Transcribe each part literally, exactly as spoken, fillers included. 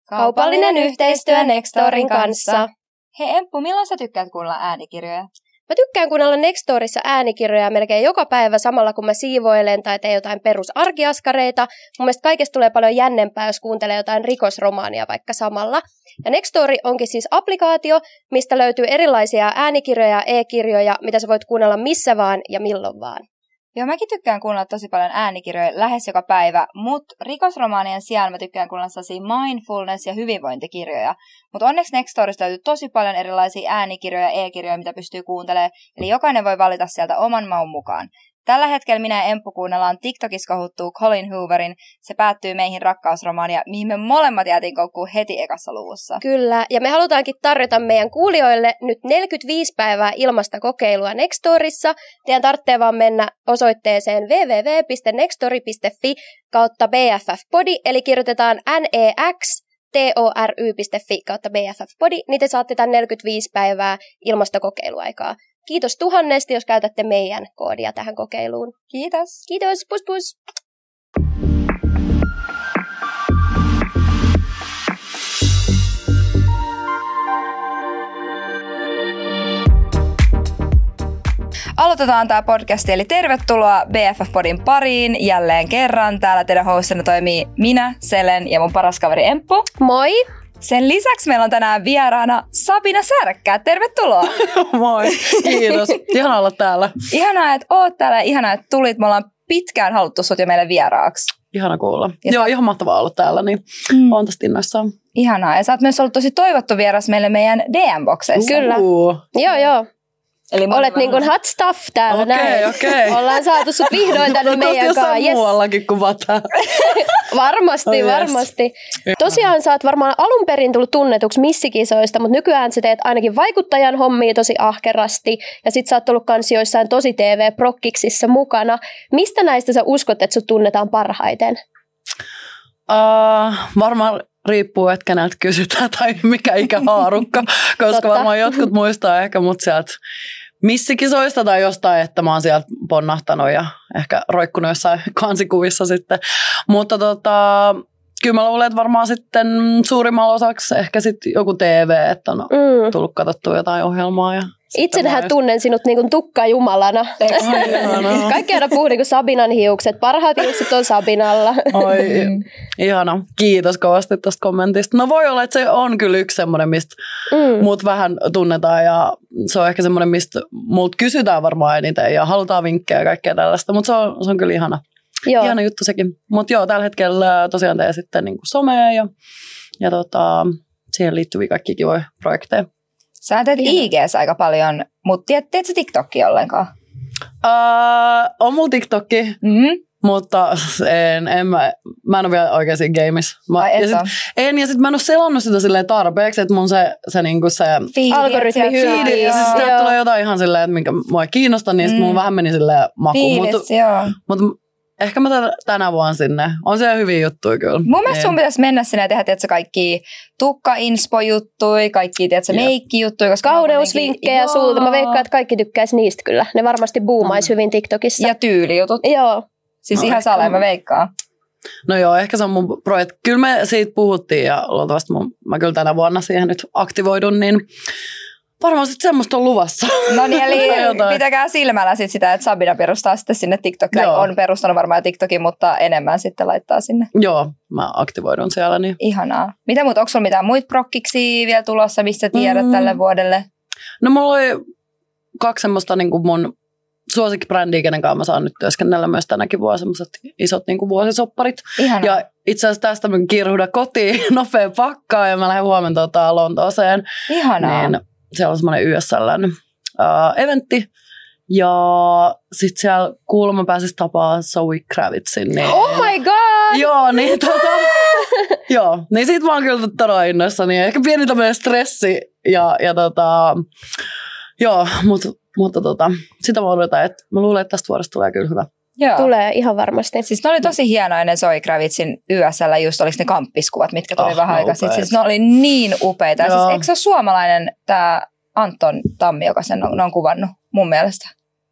Kaupallinen yhteistyö Nextorin kanssa. Hei Emppu, milloin sä tykkäät kuunnella äänikirjoja? Mä tykkään kuunnella Nextorissa äänikirjoja melkein joka päivä samalla, kun mä siivoilen tai teen jotain perusarkiaskareita. Mun mielestä kaikesta tulee paljon jännempää, jos kuuntelee jotain rikosromaania vaikka samalla. Ja Nextori onkin siis applikaatio, mistä löytyy erilaisia äänikirjoja ja e-kirjoja, mitä sä voit kuunnella missä vaan ja milloin vaan. Joo, mäkin tykkään kuunnella tosi paljon äänikirjoja lähes joka päivä, mutta rikosromaanien sijaan mä tykkään kuunnella sellaisia mindfulness- ja hyvinvointikirjoja. Mutta onneksi Nextorista löytyy tosi paljon erilaisia äänikirjoja ja e-kirjoja, mitä pystyy kuuntelemaan, eli jokainen voi valita sieltä oman maun mukaan. Tällä hetkellä minä ja Emppu kuunnellaan TikTokissa kohuttua Colin Hooverin Se päättyy meihin rakkausromaania, mihin me molemmat jäätiin koukkuun heti ekassa luvussa. Kyllä, ja me halutaankin tarjota meidän kuulijoille nyt neljäkymmentäviisi päivää ilmasta kokeilua Nextorissa. Teidän tarvitsee vaan mennä osoitteeseen double-u double-u double-u piste nextori piste fi kautta B F F Podi, eli kirjoitetaan N E X T O R Y piste fi kautta B F F Podi, niin te saatte tämän neljäkymmentäviisi päivää ilmasta kokeiluaikaa. Kiitos tuhannesti, jos käytätte meidän koodia tähän kokeiluun. Kiitos. Kiitos, pus pus. Aloitetaan tämä podcast, eli tervetuloa B F F-podin pariin jälleen kerran. Täällä teidän hostina toimii minä, Selen ja mun paras kaveri Emppu. Moi! Sen lisäksi meillä on tänään vieraana Sabina Särkkää. Tervetuloa! Moi, kiitos. Ihana olla täällä. Ihanaa, että oot täällä ja ihanaa, että tulit. Me ollaan pitkään haluttu sut jo meille vieraaksi. Ihana kuulla. Ja Joo, sä... ihan mahtavaa olla täällä, niin mm. oon tästä innoissaan. Ihanaa. Ja sä oot myös ollut tosi toivottu vieras meille meidän D M-bokseissa. Kyllä. Uh. Joo, joo. Eli olet niin kuin hot stuff täällä okay, näin. Okay. Ollaan saatu sut vihdoin tänne meidän kanssa. Jossain yes. muuallakin kuvataan. varmasti, oh, yes. varmasti. Tosiaan sä oot varmaan alun perin tullut tunnetuksi missikisoista, mutta nykyään sä teet ainakin vaikuttajan hommia tosi ahkerasti. Ja sit sä oot tullut kans joissain tosi T V-prokkiksissa mukana. Mistä näistä sä uskot, että sut tunnetaan parhaiten? Uh, varmaan riippuu, että keneltä kysytään tai mikä ikähaarukka, koska varmaan jotkut muistaa ehkä mut sieltä missikisoista tai jostain, että mä oon sieltä ponnahtanut ja ehkä roikkunut jossain kansikuvissa sitten. Mutta tota, kyllä mä luulen, että varmaan sitten suurimmalla osaksi ehkä sitten joku T V, että on mm. tullut katsottua jotain ohjelmaa. Ja itsehän tunnen sinut niin kuin tukkajumalana. Kaikki aina puhuu niin kuin Sabinan hiukset. Parhaat hiukset on Sabinalla. Oi, ihana. Kiitos kovasti tuosta kommentista. No voi olla, että se on kyllä yksi semmoinen, mistä mm. mut vähän tunnetaan. Ja se on ehkä semmoinen, mistä multa kysytään varmaan eniten ja halutaan vinkkejä ja kaikkea tällaista. Mutta se on, se on kyllä ihana. Joo. Ihana juttu sekin. Mutta joo, tällä hetkellä tosiaan teen sitten niin kuin somea ja, ja tota, siihen liittyviä kaikki kivoja projekteja. Sä teet I G:ssä aika paljon, mutta teet, teet sä TikTokia ollenkaan? Uh, on mulla TikTokki, mm-hmm. mutta en, en mä, mä en ole vielä oikein siinä gameissa. Mä, ja sit, en, ja sit mä en ole selannut sitä silleen tarpeeksi, että mun se, se, niinku se algoritmi hyvä. Ja siis sitä tulee jotain ihan silleen, että minkä mua ei kiinnosta, niin mm. sit mun vähän meni silleen makuun. Fiilis, joo. Mut, ehkä mä tänä vuonna sinne. On siellä hyviä juttuja kyllä. Mun mielestä sun pitäisi mennä sinne ja tehdä tiedätkö, kaikki tukka-inspo-juttuja, kaikki meikki-juttuja. Kauneusvinkkejä kuitenkin... sulta. Mä veikkaan, että kaikki tykkäisi niistä kyllä. Ne varmasti boomaisi no. hyvin TikTokissa. Ja tyylijutut. Joo. Siis no, ihan saleen mä veikkaan. No joo, ehkä se on mun projekti. Kyllä me siitä puhuttiin ja luultavasti mun, mä kyllä tänä vuonna siihen nyt aktivoidun, niin varmaan sitten semmoista on luvassa. No niin, eli pitäkää silmällä sit sitä, että Sabina perustaa sitten sinne TikTokiin. On perustanut varmaan TikTokin, mutta enemmän sitten laittaa sinne. Joo, mä aktivoidun siellä. Niin. Ihanaa. Mitä muuta, onko sulla mitään muita prokkiksi vielä tulossa, mistä tiedät mm. tälle vuodelle? No mulla oli kaksi semmoista niin kuin mun suosikkibrändejä, kenen kanssa mä saan nyt työskennellä myös tänäkin vuonna, semmoiset isot niin kuin vuosisopparit. Ihanaa. Ja itse asiassa tästä mä kirhudan kotiin nopea pakkaa ja mä lähden huomenna tota Lontooseen. Ihanaa. Niin, siellä on semmoinen Y S L:n uh, eventti. Ja sit siellä kuulemma pääsis tapaa Zoe Kravitzin. Niin, oh my god! Joo, niin tota... joo, niin sit mä oon kyllä todella innoissani. Ehkä pieni tämmöinen stressi. Ja, ja tota... Joo, mutta, mutta tota, sitä mä odotan, että mä luulen, että tästä vuodesta tulee kyllä hyvä. Joo. Tulee ihan varmasti. Siis ne oli tosi hienoja ne Zoe Kravitzin Y S L, just oliko ne kamppiskuvat, mitkä tuli oh, vähän aikaa sitten. Siis ne oli niin upeita. Siis, eikö se ole suomalainen tämä Anton Tammi, joka sen on, on kuvannut mun mielestä?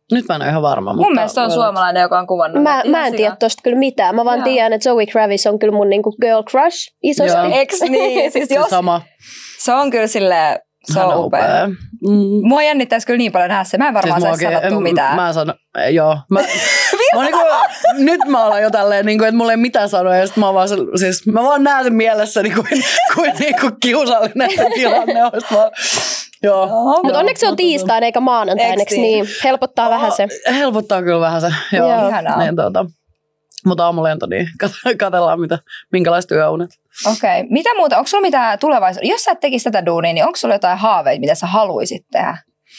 Nyt mä en ole ihan varma. Mun mutta mielestä on suomalainen, joka on kuvannut. Mä, mä en tiedä tosta kyllä mitään. Mä vaan Joo. tiedän, että Zoe Kravitz on kyllä mun niinku girl crush isosti. Joo. Eks niin? Siis Se jos, sama. se on kyllä silleen, se Hän on on upea. upea. Mm. Mua jännittäisi kyllä niin paljon nähdä se. Mä en varmaan Siis saisi mua oikein- sanottua mitään. Mä sano, joo. Mä, mä niinku, nyt mä olen jo tälleen, niinku, että mulla ei mitään sanoa. Ja sit mä, vaan, se- siis, mä vaan näen sen mielessäni, kuin, kuin niinku kiusallinen se tilanne on. Sit Mä, joo. Mutta onneksi se on tiistaina eikä maanantaina, Eks eikö niin? niin? Helpottaa vähän se. Helpottaa kyllä vähän se. Joo. Joo. Ihanaa. Niin, tuota, mutta aamulento, niin kat- katsellaan, mitä, minkälaiset yöunet. Okei. Okay. Mitä muuta? Onko sulla mitään tulevaisuudessa? Jos sä et tekisi tätä duunia, niin onko sulla jotain haaveita, mitä sä haluaisit tehdä?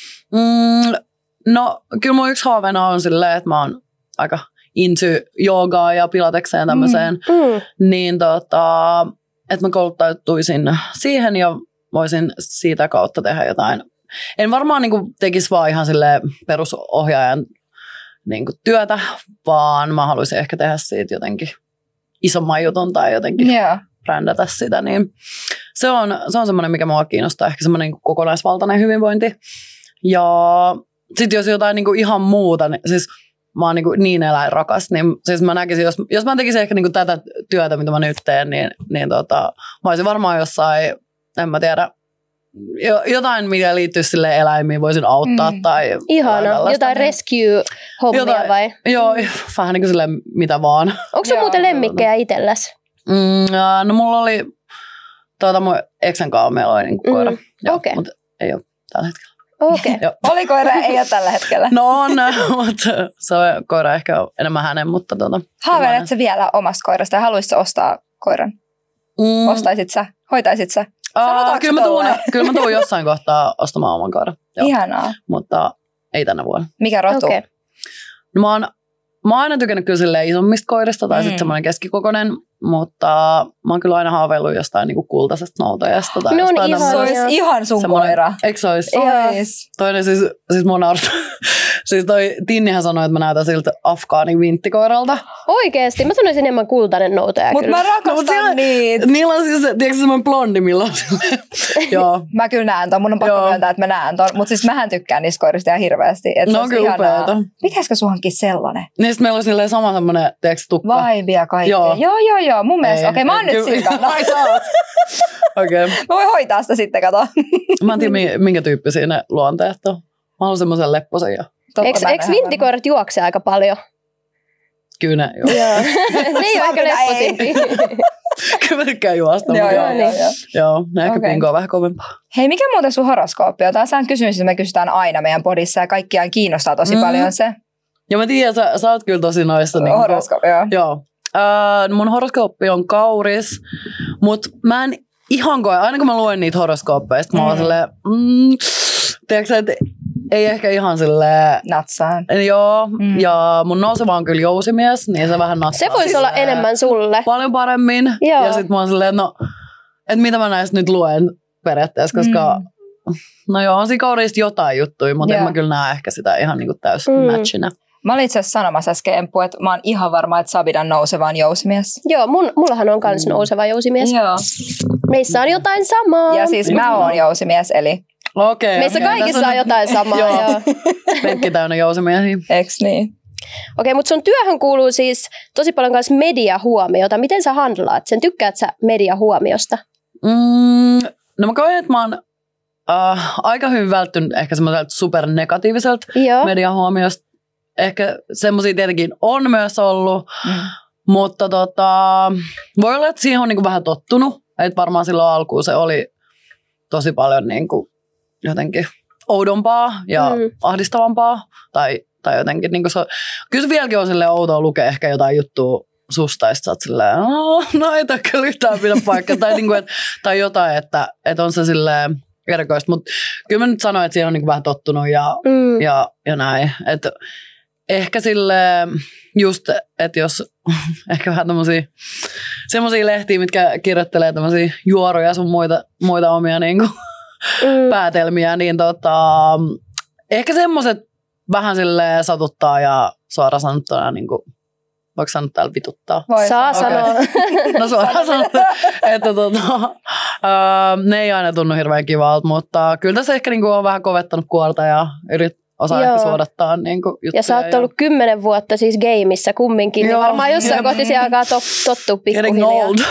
Mm, no, kyllä mun yksi haaveena on silleen, että mä oon aika into joogaa ja pilatekseen ja tämmöiseen. Mm. Niin tota, että mä kouluttautuisin siihen ja voisin siitä kautta tehdä jotain. En varmaan niin kuin tekisi vaan ihan silleen perusohjaajan niin kuin työtä, vaan mä haluaisin ehkä tehdä siitä jotenkin isomman jutun tai jotenkin Joo. brändätä sitä. Niin se on, se on semmoinen, mikä mua kiinnostaa, ehkä semmoinen niin kokonaisvaltainen hyvinvointi. Ja sitten jos jotain niin kuin ihan muuta, niin siis mä oon niin, niin eläinrakas, niin siis mä näkisin, jos, jos mä tekisin ehkä niin tätä työtä, mitä mä nyt teen, niin, niin tota, mä olisin varmaan jossain, en mä tiedä, jo, jotain, mikä liittyy sille eläimiin, voisin auttaa Mm. tai Ihana. tällaista, Jotain niin- rescue-hommia Jotain- vai? Joo, vähän niin kuin silleen mitä vaan. Onko se Joo. muuten lemmikkejä itselläs? Mm, ja, no mulla oli, tuota mun eksän kanssa meillä oli niin koira, Mm, joo, okei. mutta ei ole tällä hetkellä. Okei. Okay. Joo. Oli koira, ei ole tällä hetkellä. No on, mutta se on koira ehkä on enemmän hänen, mutta tuota. Haaveilet sä vielä omasta koirasta ja haluaisitko ostaa koiran? Mm, Ostaisit sä? Hoitaisit sä? aa, sanotaanko kyllä, mä tuun, tolleen? kyllä mä tuun jossain kohtaa ostamaan oman koiran, joo, Ihanaa. mutta ei tänä vuonna. Mikä rotu? Okei. No, mä, oon, mä oon aina tykännyt kyllä silleen isommista koirista tai Mm. sitten semmoinen keskikokoinen, mutta mä oon kyllä aina haaveillut jostain niinku kultaisesta noutajasta. Tai Ne on jostain ihania. Se tämmöisestä. olisi ihan sun Semmoinen- koira. Eikö se olisi? Joo. Ois. Toinen siis, siis mun naurattaa. Siis toi Tinnihän sanoi, että mä näytän siltä afgaani vinttikoiralta. Oikeesti. Mä sanoisin enemmän kultainen noutaja Mutta kyllä. mä rakastan No, mut siellä- niitä. Niillä on siis, tiedätkö semmoinen blondi, millä on silleen. Joo. Mä kyllä näen ton. Mun on pakko Joo. myöntää, että mä näen ton. Mutta siis mähän tykkään niistä koirista ihan hirveästi. Et se Ne on olisi kyllä ihanaa. upeita. Pitäisikö suhankin sellainen? Niin sit meillä on silleen sama semmoinen, tiedätkö, tukka. Vibe ja kaikkea. Joo, Joo. joo, joo. joo. Mun mielestä, okei, okay, mä oon nyt kyllä- sillä kannalla. Ai sä oot. Okei. Okay. Mä voin hoitaa sitä sitten, kato. Mä en tiedä, mi- minkä tyyppisiä ne luonteet on. Mä haluan semmoisen lepposen ja Totta, Eikö mä en eikö ole ihan vinttikoirat juokse aika paljon? kyllä ne, joo. Joo. Ne ei ole ehkä Saa, mitä lepposimpia. Kyllä mä tykkään juosta. varma. Joo, mutta joo, joo, joo, joo. joo, ne ehkä Okei. pinko on vähän kovempaa. Hei, mikä muuten sun horoskooppi on? Tämä on kysymys, jota me kysytään aina meidän podissa ja kaikkiaan kiinnostaa tosi Mm. paljon se. Ja mä tiedän, sä, sä oot kyllä tosi noissa. Niin Horoskooppi, joo. Joo. Äh, mun horoskooppi on kauris, mutta mä en ihan koe, aina kun mä luen niitä horoskooppeja, sit mä oon Mm. silleen, mm, tiedätkö, että ei ehkä ihan silleen, Natsaan. joo, Mm. mm. ja mun nouseva on kyllä jousimies, niin se vähän natsaa. Se voisi olla silleen enemmän sulle. paljon paremmin. Joo. Ja sit mä oon silleen, no, että mitä mä näistä nyt luen periaatteessa, koska Mm. no joo, on siinä kaurista jotain juttuja, mutta en Joo. mä kyllä näe ehkä sitä ihan niinku täys Mm. matchina. Mä olin itse asiassa sanomassa äsken, Emppu, että mä oon ihan varma, että Sabidan nouseva on jousimies. Joo, mun, mullahan on kans nouseva jousimies. Joo. Meissä on jotain samaa. Ja siis mä oon jousimies, eli Okei. Meissä okei, kaikissa tässä on jotain samaa. Joo. joo. Penkki täynnä jousimiehiä. eks niin? Okei, mutta sun työhön kuuluu siis tosi paljon myös mediahuomiota. Miten sä handlaat sen? Tykkäät sä mediahuomiosta? Mm, no mä koen, että mä oon äh, aika hyvin välttynyt ehkä semmoiselta supernegatiiviselta Joo. median huomiosta. Ehkä semmoisia tietenkin on myös ollut, Mm. mutta tota, voi olla, että siihen on niinku vähän tottunut. Että varmaan silloin alkuun se oli tosi paljon niinku jotenkin oudompaa ja Mm. mm. ahdistavampaa. Tai, tai jotenkin, niinku se, kyllä se vieläkin on silleen outoa lukea ehkä jotain juttua susta, ja sit sä oot silleen, no ei tämä kyllä yhtään pidä paikkaa. tai, niinku, et, tai jotain, että et on se silleen erikoista. Mutta kyllä mä nyt sanoin, että siihen on niinku vähän tottunut ja, Mm. ja, ja näin. Et ehkä silleen just, että jos ehkä vähän tämmöisiä semmoisia lehtiä, mitkä kirjoittelee tämmöisiä juoruja sun muita, muita omia niinku, Mm. päätelmiä, niin tota, ehkä semmoiset vähän silleen satuttaa ja suoraan sanottuna, niin kuin, voiko sanoa täällä vituttaa? Voi Saa sanoa. sanoa. No suoraan sanottuna, että tota, ää, ne ei aina tunnu hirveän kivalta, mutta kyllä tässä ehkä niin kuin on vähän kovettanut kuorta ja yrit, osaa Joo. ehkä suodattaa niin kuin juttuja. Ja sä oot ollut kymmenen vuotta siis gameissa kumminkin, Joo. niin varmaan jossain kohti siellä alkaa to, tottua Getting pikkuhiljaa. old.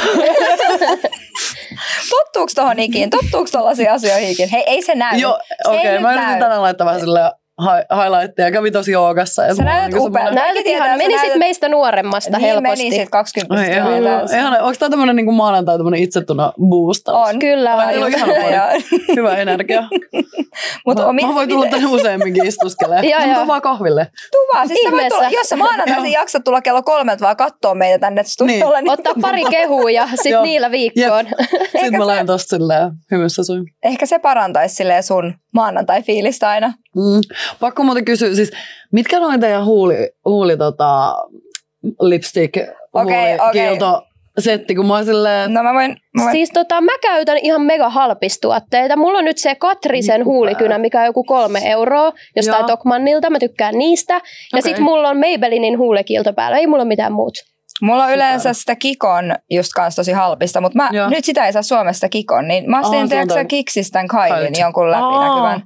Tottuuko tohon ikiin? Tottuuko tollaisiin asioihin ikiin? Hei, ei se näy. Joo, okei. Okay. Mä yritin tänään laittaa vähän silleen hi- highlighttia. Kävin tosi joogassa. Sä näytät niin upealta. Näytät ihan, menisit näytät... meistä nuoremmasta niin helposti. menisit kaksikymmentä. Ihan, onko tämä tämmöinen niin maanantai tämmöinen itsetunnon boostaus? On. Kyllä Ai, on. teillä on just. ihana podi. Hyvä energia. Mut mä, on, mä voin tulla tänne useamminkin istuskelemaan. Joo, Mä joo. tuun vaan kahville. Tuvaa. Siis sä voit Ihmeessä. tulla, jos sä maanantaisin jaksat tulla kello kolmelta vaan kattoo meitä tänne studiolle. Niin. Ottaa pari kehua ja sit Joo. niillä viikkoon. Sitten mä lähden tosta silleen hymyssä suin. Ehkä se parantaisi silleen sun maanantai-fiilistä aina. Mm. Pakko muuten kysyä, siis mitkä noin teidän huuli, huuli tota, lipstick, Okei, huuli, okei. kiilto setti, kun mä oon silleen, No mä voin... Mä voin... Siis tota, mä käytän ihan mega halpistuotteita. Mulla on nyt se Katrisen Niin huulikynä, mikä on joku kolme euroa jostain Joo. Tokmannilta. Mä tykkään niistä. Ja Okei. sit mulla on Maybellinin huulikiilto päällä. Ei mulla ole mitään muuta. Mulla on Super. yleensä sitä Kikon just kans tosi halpista, mutta mä, Joo. nyt sitä ei saa Suomesta Kikon, niin mä Aa, ostin se on teoksä toi- Kiksistä tämän Kailin Kailit. jonkun läpinäkyvän.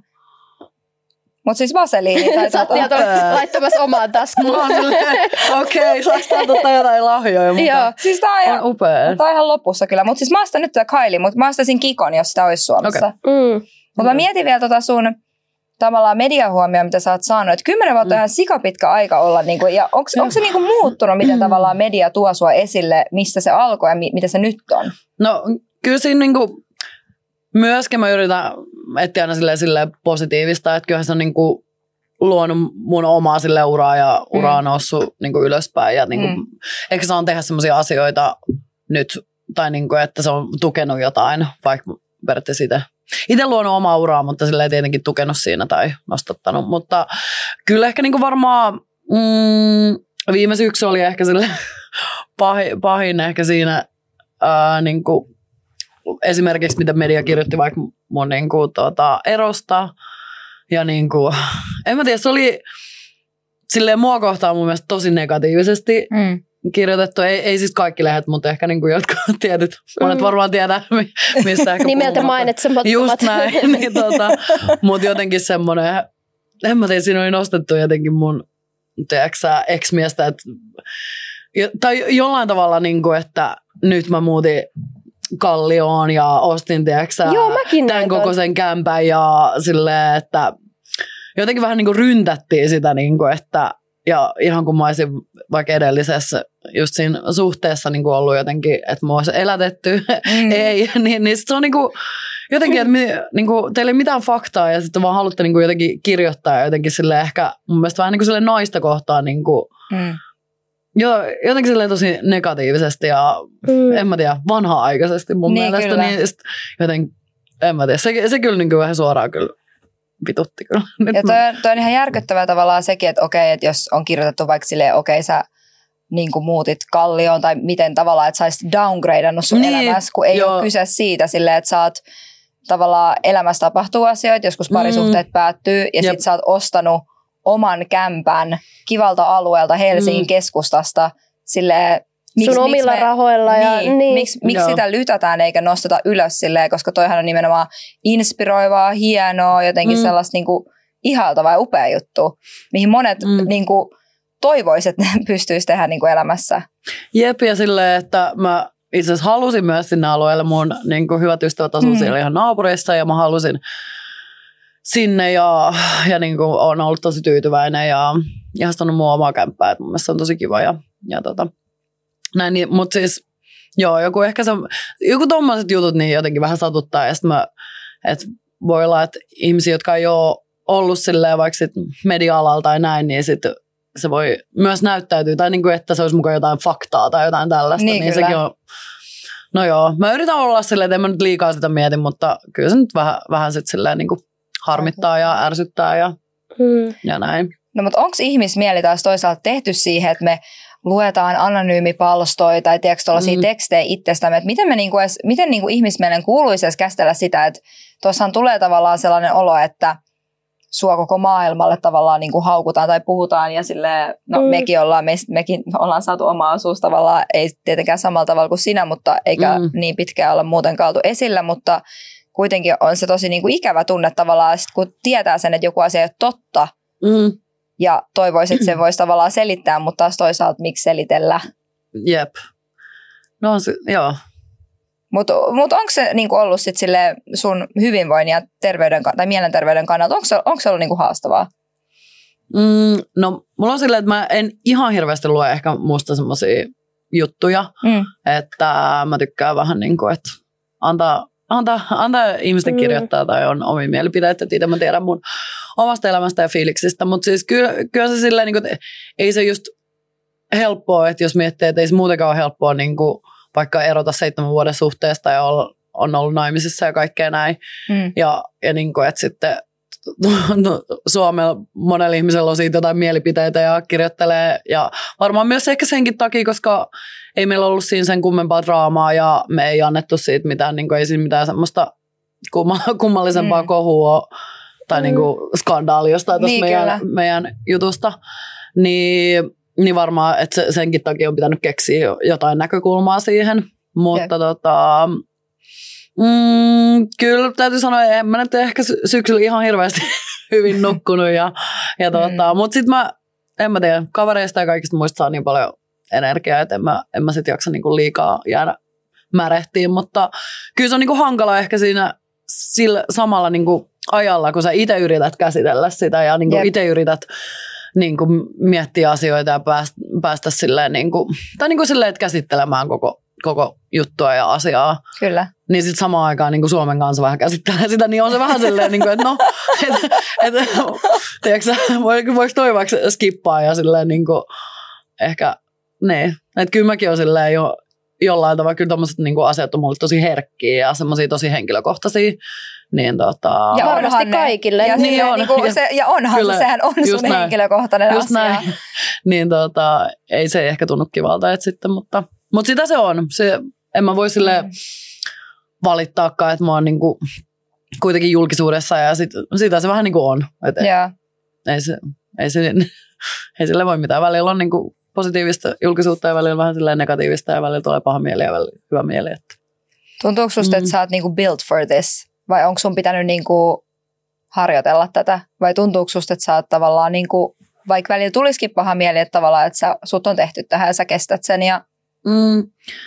Mutta siis vaseliini tai Sä oot tota. vielä laittamassa omaan taskuun. mä oon silleen, okei, saaks täältä ottaa jotain lahjoja, mutta Joo. Siis tää on, on ihan, upea. tää on ihan lopussa kyllä, mutta siis mä ostan nyt tätä Kailin, mutta mä ostaisin Kikon, jos sitä olisi Suomessa. Okei. Mm. Mutta mä mietin vielä tota sun tavallaan mediahuomioon, mitä sä oot saanut. Että kymmenen vuotta on ihan sikapitkä aika olla. Niinku, ja onko se niinku muuttunut, miten tavallaan media tuo sua esille, mistä se alkoi ja mi- mitä se nyt on? No kyllä siinä niinku, myöskin mä yritän etsiä aina silleen, silleen positiivista, että kyllähän se on niinku luonut mun omaa sille uraa ja ura on noussut niinku ylöspäin. Ja niinku, Mm. ehkä saan tehdä semmoisia asioita nyt, tai niinku, että se on tukenut jotain, vaikka periaatteessa itse. Itse luonut omaa uraa, mutta silleen tietenkin tukenut siinä tai nostattanut. Mutta kyllä ehkä niinku varmaan mm, viime syksy oli ehkä silleen pahin, pahin ehkä siinä ää, niinku, esimerkiksi mitä media kirjoitti vaikka mun niinku, tuota, erosta. Ja niinku, en mä tiedä, se oli silleen mua kohtaan mun mielestä tosi negatiivisesti Mm. kirjoitettu. Ei, ei siis kaikki lehdet, mutta ehkä niinku jotkut tietyt. Monet Mm. varmaan tietää, mi- mistä ehkä Nimeltä puhun, mutta- mainitsemattomat. Just näin. Niin, tota, mutta jotenkin semmoinen, en mä tiedä, siinä oli nostettu jotenkin mun tiedäksä, ex-miestä, että, tai jollain tavalla, niin kuin, että nyt mä muutin Kallioon ja ostin, tiedäksä, Joo, mäkin tämän näin ton. kokoisen kämpän ja silleen, että jotenkin vähän niin kuin ryntättiin sitä, niin kuin, että ja ihan kun mä olisin vaikka edellisessä just siinä suhteessa niin kuin ollut jotenkin, että mä olisin elätetty, Mm. ei, niin, niin sit se on niin kuin, jotenkin, että mi, niin kuin, teillä ei mitään faktaa ja sitten vaan haluatte niin kuin jotenkin kirjoittaa ja jotenkin sille ehkä mun mielestä vähän niin kuin sille naista kohtaan niin kuin, Mm. jo, jotenkin silleen tosi negatiivisesti ja Mm. en mä tiedä, vanha-aikaisesti mun Niin, mielestä. kyllä. Niin sit joten, en mä tiedä, se, se kyllä niin kuin vähän suoraan kyllä vitutti kyllä. Nyt Ja mä- toi, on- toi on ihan järkyttävää tavallaan sekin, että okei, että jos on kirjoitettu vaikka silleen, okei sä niin kuin muutit Kallioon tai miten tavallaan, että sä olisit downgradannut sun Niin, elämässä, kun ei joo. ole kyse siitä silleen, että sä oot tavallaan elämässä tapahtuu asioita, joskus parisuhteet mm. päättyy ja Jep. sit sä oot ostanut oman kämpän kivalta alueelta Helsingin Mm. keskustasta silleen, Sun omilla me- rahoilla. Ja, niin, niin. miksi, miksi Joo. sitä lytätään eikä nosteta ylös silleen, koska toihan on nimenomaan inspiroivaa, hienoa, jotenkin Mm. sellaista niinku ihailtavaa ja upea juttu, mihin monet Mm. niinku toivoisivat, että ne pystyisi tehdä niinku elämässä. Jep, ja silleen, että mä itse asiassa halusin myös sinne alueelle. Mun niin kuin hyvät ystävät asuu Mm. siellä ihan naapurissa ja mä halusin sinne ja, ja niin kuin olen ollut tosi tyytyväinen ja ihastanut mun omaa kämppää. Että mun mielestä se on tosi kiva ja, ja tota, näin. Niin, mutta siis joo, joku ehkä se, joku tommoset jutut niin jotenkin vähän satuttaa ja sitten mä, että voi olla, että ihmisiä, jotka ei ole ollut silleen vaikka sit media-alalla tai näin, niin sitten se voi myös näyttäytyä, tai niin kuin, että se olisi mukaan jotain faktaa tai jotain tällaista, Niin, niin, kyllä. sekin on, no joo, mä yritän olla silleen, että en mä nyt liikaa sitä mieti, mutta kyllä se nyt vähän, vähän sit silleen niin kuin harmittaa ja ärsyttää ja, Mm. ja näin. No mutta onko ihmismieli taas toisaalta tehty siihen, että me luetaan anonyymipalstoja tai tiedätkö tuollaisia Mm. mm. tekstejä itsestämme, että miten, me niinku edes, miten niinku ihmismielen kuuluisi edes käsitellä sitä, että tuossahan tulee tavallaan sellainen olo, että sua koko maailmalle tavallaan niinku haukutaan tai puhutaan ja silleen, no Mm. mekin ollaan, me, mekin ollaan saatu oma osuus tavallaan, ei tietenkään samalla tavalla kuin sinä, mutta eikä Mm. niin pitkään olla muutenkaan oltu esillä, mutta kuitenkin on se tosi niinku ikävä tunne tavallaan, sit kun tietää sen, että joku asia ei ole totta, Mm. Ja toivoisin, että se voisi tavallaan selittää, mutta taas toisaalta miksi selitellä. Jep. No on se, joo. Mutta mut onko se niinku ollut sit sille sun hyvinvoinnin ja terveyden tai mielenterveyden kannalta, onko se, onko se ollut niinku haastavaa? Mm, no mulla on silleen, että mä en ihan hirveästi lue ehkä musta semmosia juttuja, mm. että mä tykkään vähän niin kuin, että antaa, antaa, antaa ihmisten mm. kirjoittaa tai on omia mielipiteitä, että itse mä tiedän mun omasta elämästä ja fiiliksistä, mutta siis kyllä, kyllä se silleen, niin kuin, että ei se just helppoa, että jos miettii, että ei se muutenkaan ole helppoa niin kuin vaikka erota seitsemän vuoden suhteesta ja olla, on ollut naimisissa ja kaikkea näin. Mm. Ja, ja niin kuin, että sitten Suomella monella ihmisellä on siitä jotain mielipiteitä ja kirjoittelee. Ja varmaan myös ehkä senkin takia, koska ei meillä ollut siinä sen kummempaa draamaa ja me ei annettu siitä mitään, niin kuin, ei siinä mitään semmoista kummallisempaa mm. kohua tai mm. niin kuin skandaalia jostain niin, meidän, meidän jutusta. Niin... Niin varmaan, että senkin takia on pitänyt keksiä jotain näkökulmaa siihen. Mutta yeah. tota, mm, kyllä täytyy sanoa, että en mä nyt ehkä syksyllä ihan hirveästi hyvin nukkunut. Ja, ja tota, mm. Mutta sitten mä, en mä tiedä, kavereista ja kaikista muista saa niin paljon energiaa, että en mä, en mä sitten jaksa niinku liikaa jäädä märehtiin. Mutta kyllä se on niinku hankala ehkä siinä sillä samalla niinku ajalla, kun sä itse yrität käsitellä sitä ja niinku yep. itse yrität niin kuin miettiä asioita ja päästä, päästä silleen, niin kuin, tai niin kuin silleen, että käsittelemään koko, koko juttua ja asiaa. Kyllä. Niin sitten samaan aikaan niin kuin Suomen kanssa vähän käsittelee sitä, niin on se vähän silleen, niin kuin, että no, että et, tiedätkö voiko toi vaikka skippaa ja silleen niin kuin, ehkä, niin, että kyllä mäkin on silleen jo jollain tavalla, kyllä tommoset niin kuin asiat on mulle tosi herkkiä ja semmoisia tosi henkilökohtaisia. Niin tota... Ja varmasti kaikille. Ja, niin on. Niinku ja, se, ja onhan kyllä, se, sehän on sun näin. Henkilökohtainen just asia. Näin. Niin tota, ei se ehkä tunnu kivalta, et sitten, mutta, mutta sitä se on. Se, en mä voi silleen mm. valittaakaan, että mä oon niinku kuitenkin julkisuudessa ja sit, sitä se vähän niinku on. Et yeah. ei, se, ei, se, ei sille voi mitään. Välillä on niinku positiivista julkisuutta ja välillä vähän silleen negatiivista ja välillä tulee paha mieli ja välillä hyvä mieli. Että. Tuntuuko susta, mm. että sä oot niinku built for this? Vai onko sun pitänyt niinku harjoitella tätä? Vai tuntuuko susta, että sä oot tavallaan, niinku, vaikka välillä tulisikin paha mieli, että tavallaan, että sä, sut on tehty tähän ja sä kestät sen? Ja... Mm.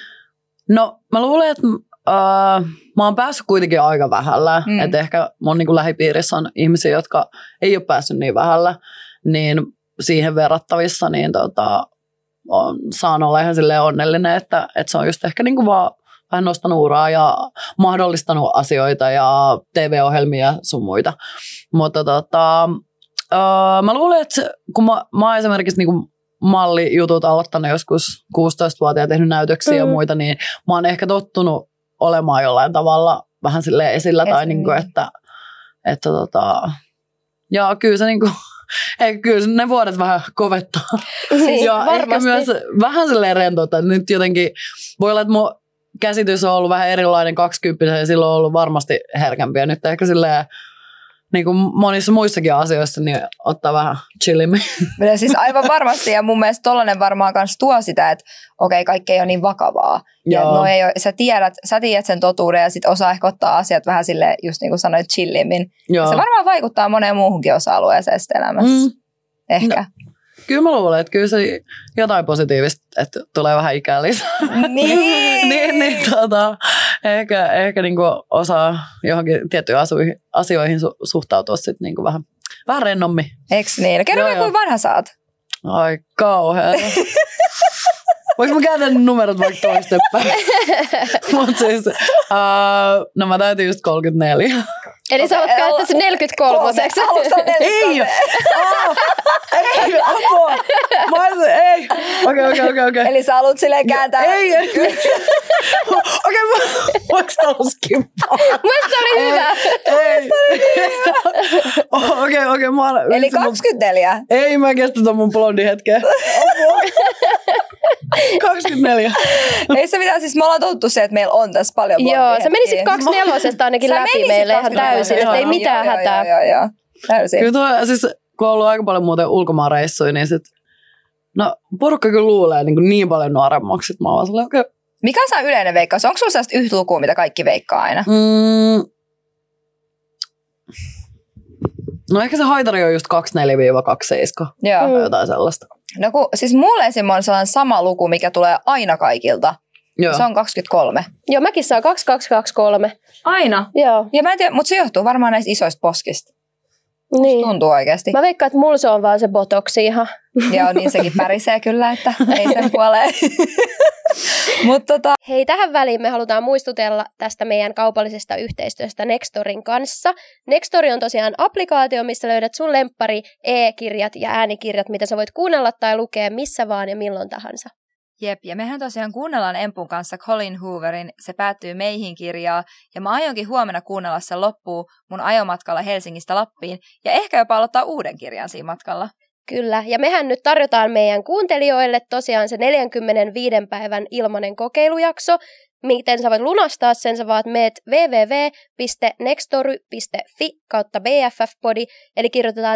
No mä luulen, että äh, mä oon päässyt kuitenkin aika vähällä. Mm. Että ehkä mun niinku lähipiirissä on ihmisiä, jotka ei ole päässyt niin vähällä. Niin siihen verrattavissa niin tota, on, saan olla ihan silleen onnellinen, että, että se on just ehkä niinku vaan vähän nostanut uraa ja mahdollistanut asioita ja T V-ohjelmia ja sun muita. Mutta tota, uh, mä luulen, että se, kun mä, mä oon esimerkiksi niinku mallijutut aloittanut joskus kuusitoistavuotiaana tehnyt näytöksiä mm. ja muita, niin mä oon ehkä tottunut olemaan jollain tavalla vähän silleen esillä. Tai niinku, että, että tota, ja kyllä se niinku, ei, kyllä ne vuodet vähän kovettaa. Siis ja varmasti. Ehkä myös vähän silleen rentoutta, että nyt jotenkin voi olla, että mun käsitys on ollut vähän erilainen kaksikymppinen ja silloin on ollut varmasti herkämpiä. Nyt ehkä silleen, niin kuin monissa muissakin asioissa, niin ottaa vähän chillimmin. Siis aivan varmasti ja mun mielestä tollainen varmaan myös tuo sitä, että okei, kaikki ei ole niin vakavaa. Ja no ei ole, sä, tiedät, sä tiedät sen totuuden ja sit osaa ehkä ottaa asiat vähän silleen, just niin kuin sanoit, chillimmin. Se varmaan vaikuttaa moneen muuhunkin osa-alueeseen elämässä. Mm. Ehkä. No. Kyllä mä luulen, että kyllä se jotain positiivista, että tulee vähän ikää lisää. Niin. niin, niin tota, ehkä, ehkä niinku osaa johonkin tiettyihin asioihin, asioihin su, suhtautua sit niinku vähän, vähän rennommin. Eiks niin? Kerro vielä, kuinka vanha sä oot? Ai kauhean. Voinko mä kääntää numerot vaikka toistepäin? Mut siis, uh, no mä täytin just kolmekymmentäneljä. Eli sä oot käyttänyt sen neljäkymmentäkolmoseksi. Ei! Oh, ei, apua! Mä olisin, ei! Okei, okei, okei, okei. Eli sä haluat silleen kääntää... Ei, ei. Okei, voinko sä olla skippaa? Musta oli hyvä. Ei. Okei, okei. Eli kaksikymmentäneljä? Ei, mä kestän ton mun blondi hetkeä. kaksikymmentäneljä. Ei se mitään, siis me ollaan totuttu se, että meillä on tässä paljon blondia. Joo, sä menisit kaksikymmentäneljä ainakin läpi meille ihan täysin, että ei mitään joo, hätää. Joo, joo, joo. Täysin. Kyllä tuo, siis kun on ollut aika paljon muuten ulkomaanreissuja, niin sit, no porukka kyllä luulee niin, niin paljon nuoremmaksi, että mä oon silleen, okei. Okay. Mikä on se yleinen veikkaus? Onko sulla sellaista yhtä lukua, mitä kaikki veikkaa aina? Mm. No ehkä se haitari on just kaksikymmentäneljä kaksikymmentäseitsemän. Joo. Tai jotain sellaista. No kun, siis mulle esimerkiksi on sellainen sama luku, mikä tulee aina kaikilta. Joo. Se on kaksikymmentäkolme. Joo, mäkin saan kaksi kaksi kaksi kolme. Aina? Joo. Ja mä en tiedä, mutta se johtuu varmaan näistä isoista poskista. Niin. Tuntuu oikeasti. Mä veikkaan, että mulla se on vaan se botoksi ihan. Joo, niin sekin pärisee kyllä, että ei sen puoleen. Mut tota... Hei, tähän väliin me halutaan muistutella tästä meidän kaupallisesta yhteistyöstä Nextorin kanssa. Nextori on tosiaan applikaatio, missä löydät sun lemppari e-kirjat ja äänikirjat, mitä sä voit kuunnella tai lukea missä vaan ja milloin tahansa. Jep, ja mehän tosiaan kuunnellaan Empun kanssa Colin Hooverin Se päättyy meihin -kirjaa, ja mä aionkin huomenna kuunnella sen loppuun mun ajomatkalla Helsingistä Lappiin, ja ehkä jopa aloittaa uuden kirjan siinä matkalla. Kyllä, ja mehän nyt tarjotaan meidän kuuntelijoille tosiaan se neljänkymmenenviiden päivän ilmainen kokeilujakso. Miten sä voit lunastaa sen, sä vaat meet double-u double-u double-u piste nextory piste fi kautta B F F-podi, eli kirjoitetaan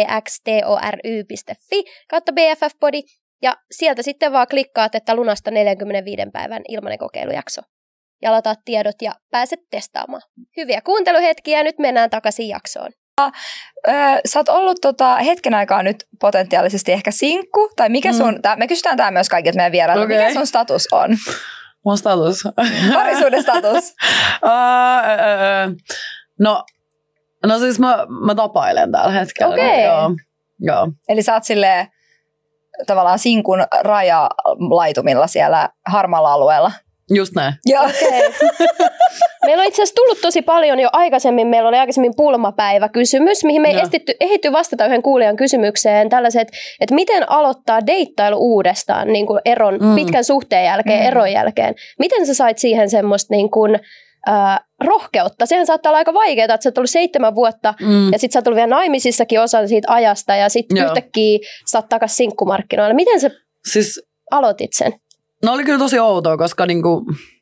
nextory piste fi kautta B F F-podi, ja sieltä sitten vaan klikkaat, että lunasta neljänkymmenenviiden päivän ilmainen kokeilujakso. Ja lataat tiedot ja pääset testaamaan. Hyviä kuunteluhetkiä, nyt mennään takaisin jaksoon. Öö, sä oot ollut tota, hetken aikaa nyt potentiaalisesti ehkä sinkku, tai mikä sun, mm. tää, me kysytään tää myös kaikilta meidän vierailta, okay. Mikä sun status on? Mun status? Parisuuden status? uh, uh, uh, no, no siis mä, mä tapailen tällä hetkellä. Okei. Okay. Joo, joo. Eli sä oot silleen tavallaan sinkun rajalaitumilla siellä harmaalla alueella. Just näin. Joo. Okay. Meillä on itse asiassa tullut tosi paljon jo aikaisemmin. Meillä oli aikaisemmin pulmapäivä-kysymys, mihin me ei estitty, ehditty vastata yhden kuulijan kysymykseen. Tällaiset, että miten aloittaa deittailu uudestaan niin kuin eron, mm. pitkän suhteen jälkeen, mm. eron jälkeen. Miten sä sait siihen semmoista niin kuin, äh, rohkeutta? Sehän saattaa olla aika vaikeaa, että sä oot ollut seitsemän vuotta mm. ja sit sä oot ollut vielä naimisissakin osan siitä ajasta ja sit Joo. yhtäkkiä sä oot takas sinkkumarkkinoille. Miten sä siis... aloitit sen? No oli kyllä tosi outoa, koska niinku,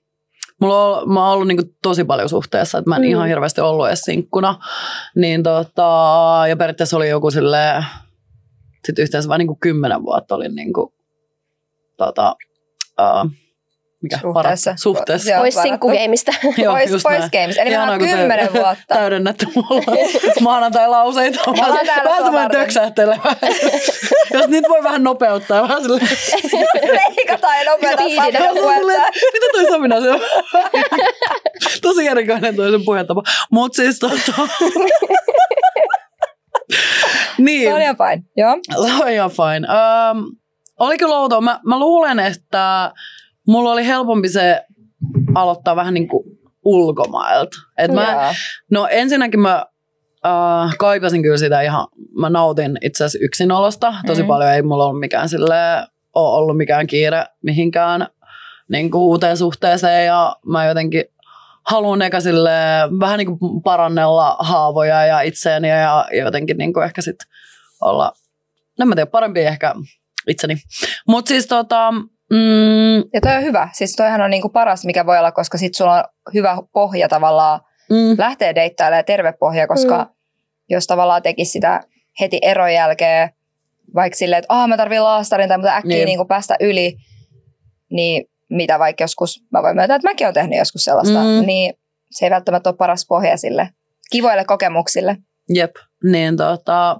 mulla on, mä oon ollut niinku tosi paljon suhteessa, että mä en mm. ihan hirveästi ollut edes sinkkuna. Niin tota, ja periaatteessa oli joku silleen, sit yhteensä vain niinku kymmenen vuotta olin niinku, tota, uh, mikä? Suhteessa. Parat, suhteessa. Pois sinkkugeimista. Pois, pois games. Eli mä oon kymmenen te, vuotta. Täydennätte mulla maanantai-lauseita. Me ollaan täällä vähän semmoinen töksähtelemään. Jos nyt voi vähän nopeuttaa. Vähän silleen. Leikataan ja nopeuttaa Sabinan puhetta. Mitä toi Sabina se on? Tosi erikoinen toi sen puhetapa. Mut siis tota... niin. Se on ihan fine. Joo. Se on ihan fine. Um, oli kyllä outoa. Mä, mä luulen, että mulla oli helpompi se aloittaa vähän niin kuin ulkomailta. Et mä, no ensinnäkin mä äh, kaipasin kyllä sitä ihan, mä nautin itse asiassa yksinolosta tosi mm-hmm. paljon. Ei mulla ollut mikään silleen, ole ollut mikään kiire mihinkään niin kuin uuteen suhteeseen ja mä jotenkin haluan eka silleen, vähän niin kuin parannella haavoja ja itseäni ja jotenkin niin kuin ehkä sitten olla, en mä tiedä, parempi ehkä itseni. Mutta siis tota... Mm. Ja toi on hyvä. Siis toihan on niinku paras, mikä voi olla, koska sit sulla on hyvä pohja tavallaan mm. lähteä deittailemaan ja terve pohja, koska mm. jos tavallaan tekisi sitä heti eron jälkeen, vaikka silleen, että oh, mä tarvitsen laastarin tai mutta äkkiä niin. niinku päästä yli, niin mitä vaikka joskus, mä voin myöntää, että mäkin olen tehnyt joskus sellaista, mm. niin se ei välttämättä ole paras pohja sille kivoille kokemuksille. Jep, niin tota,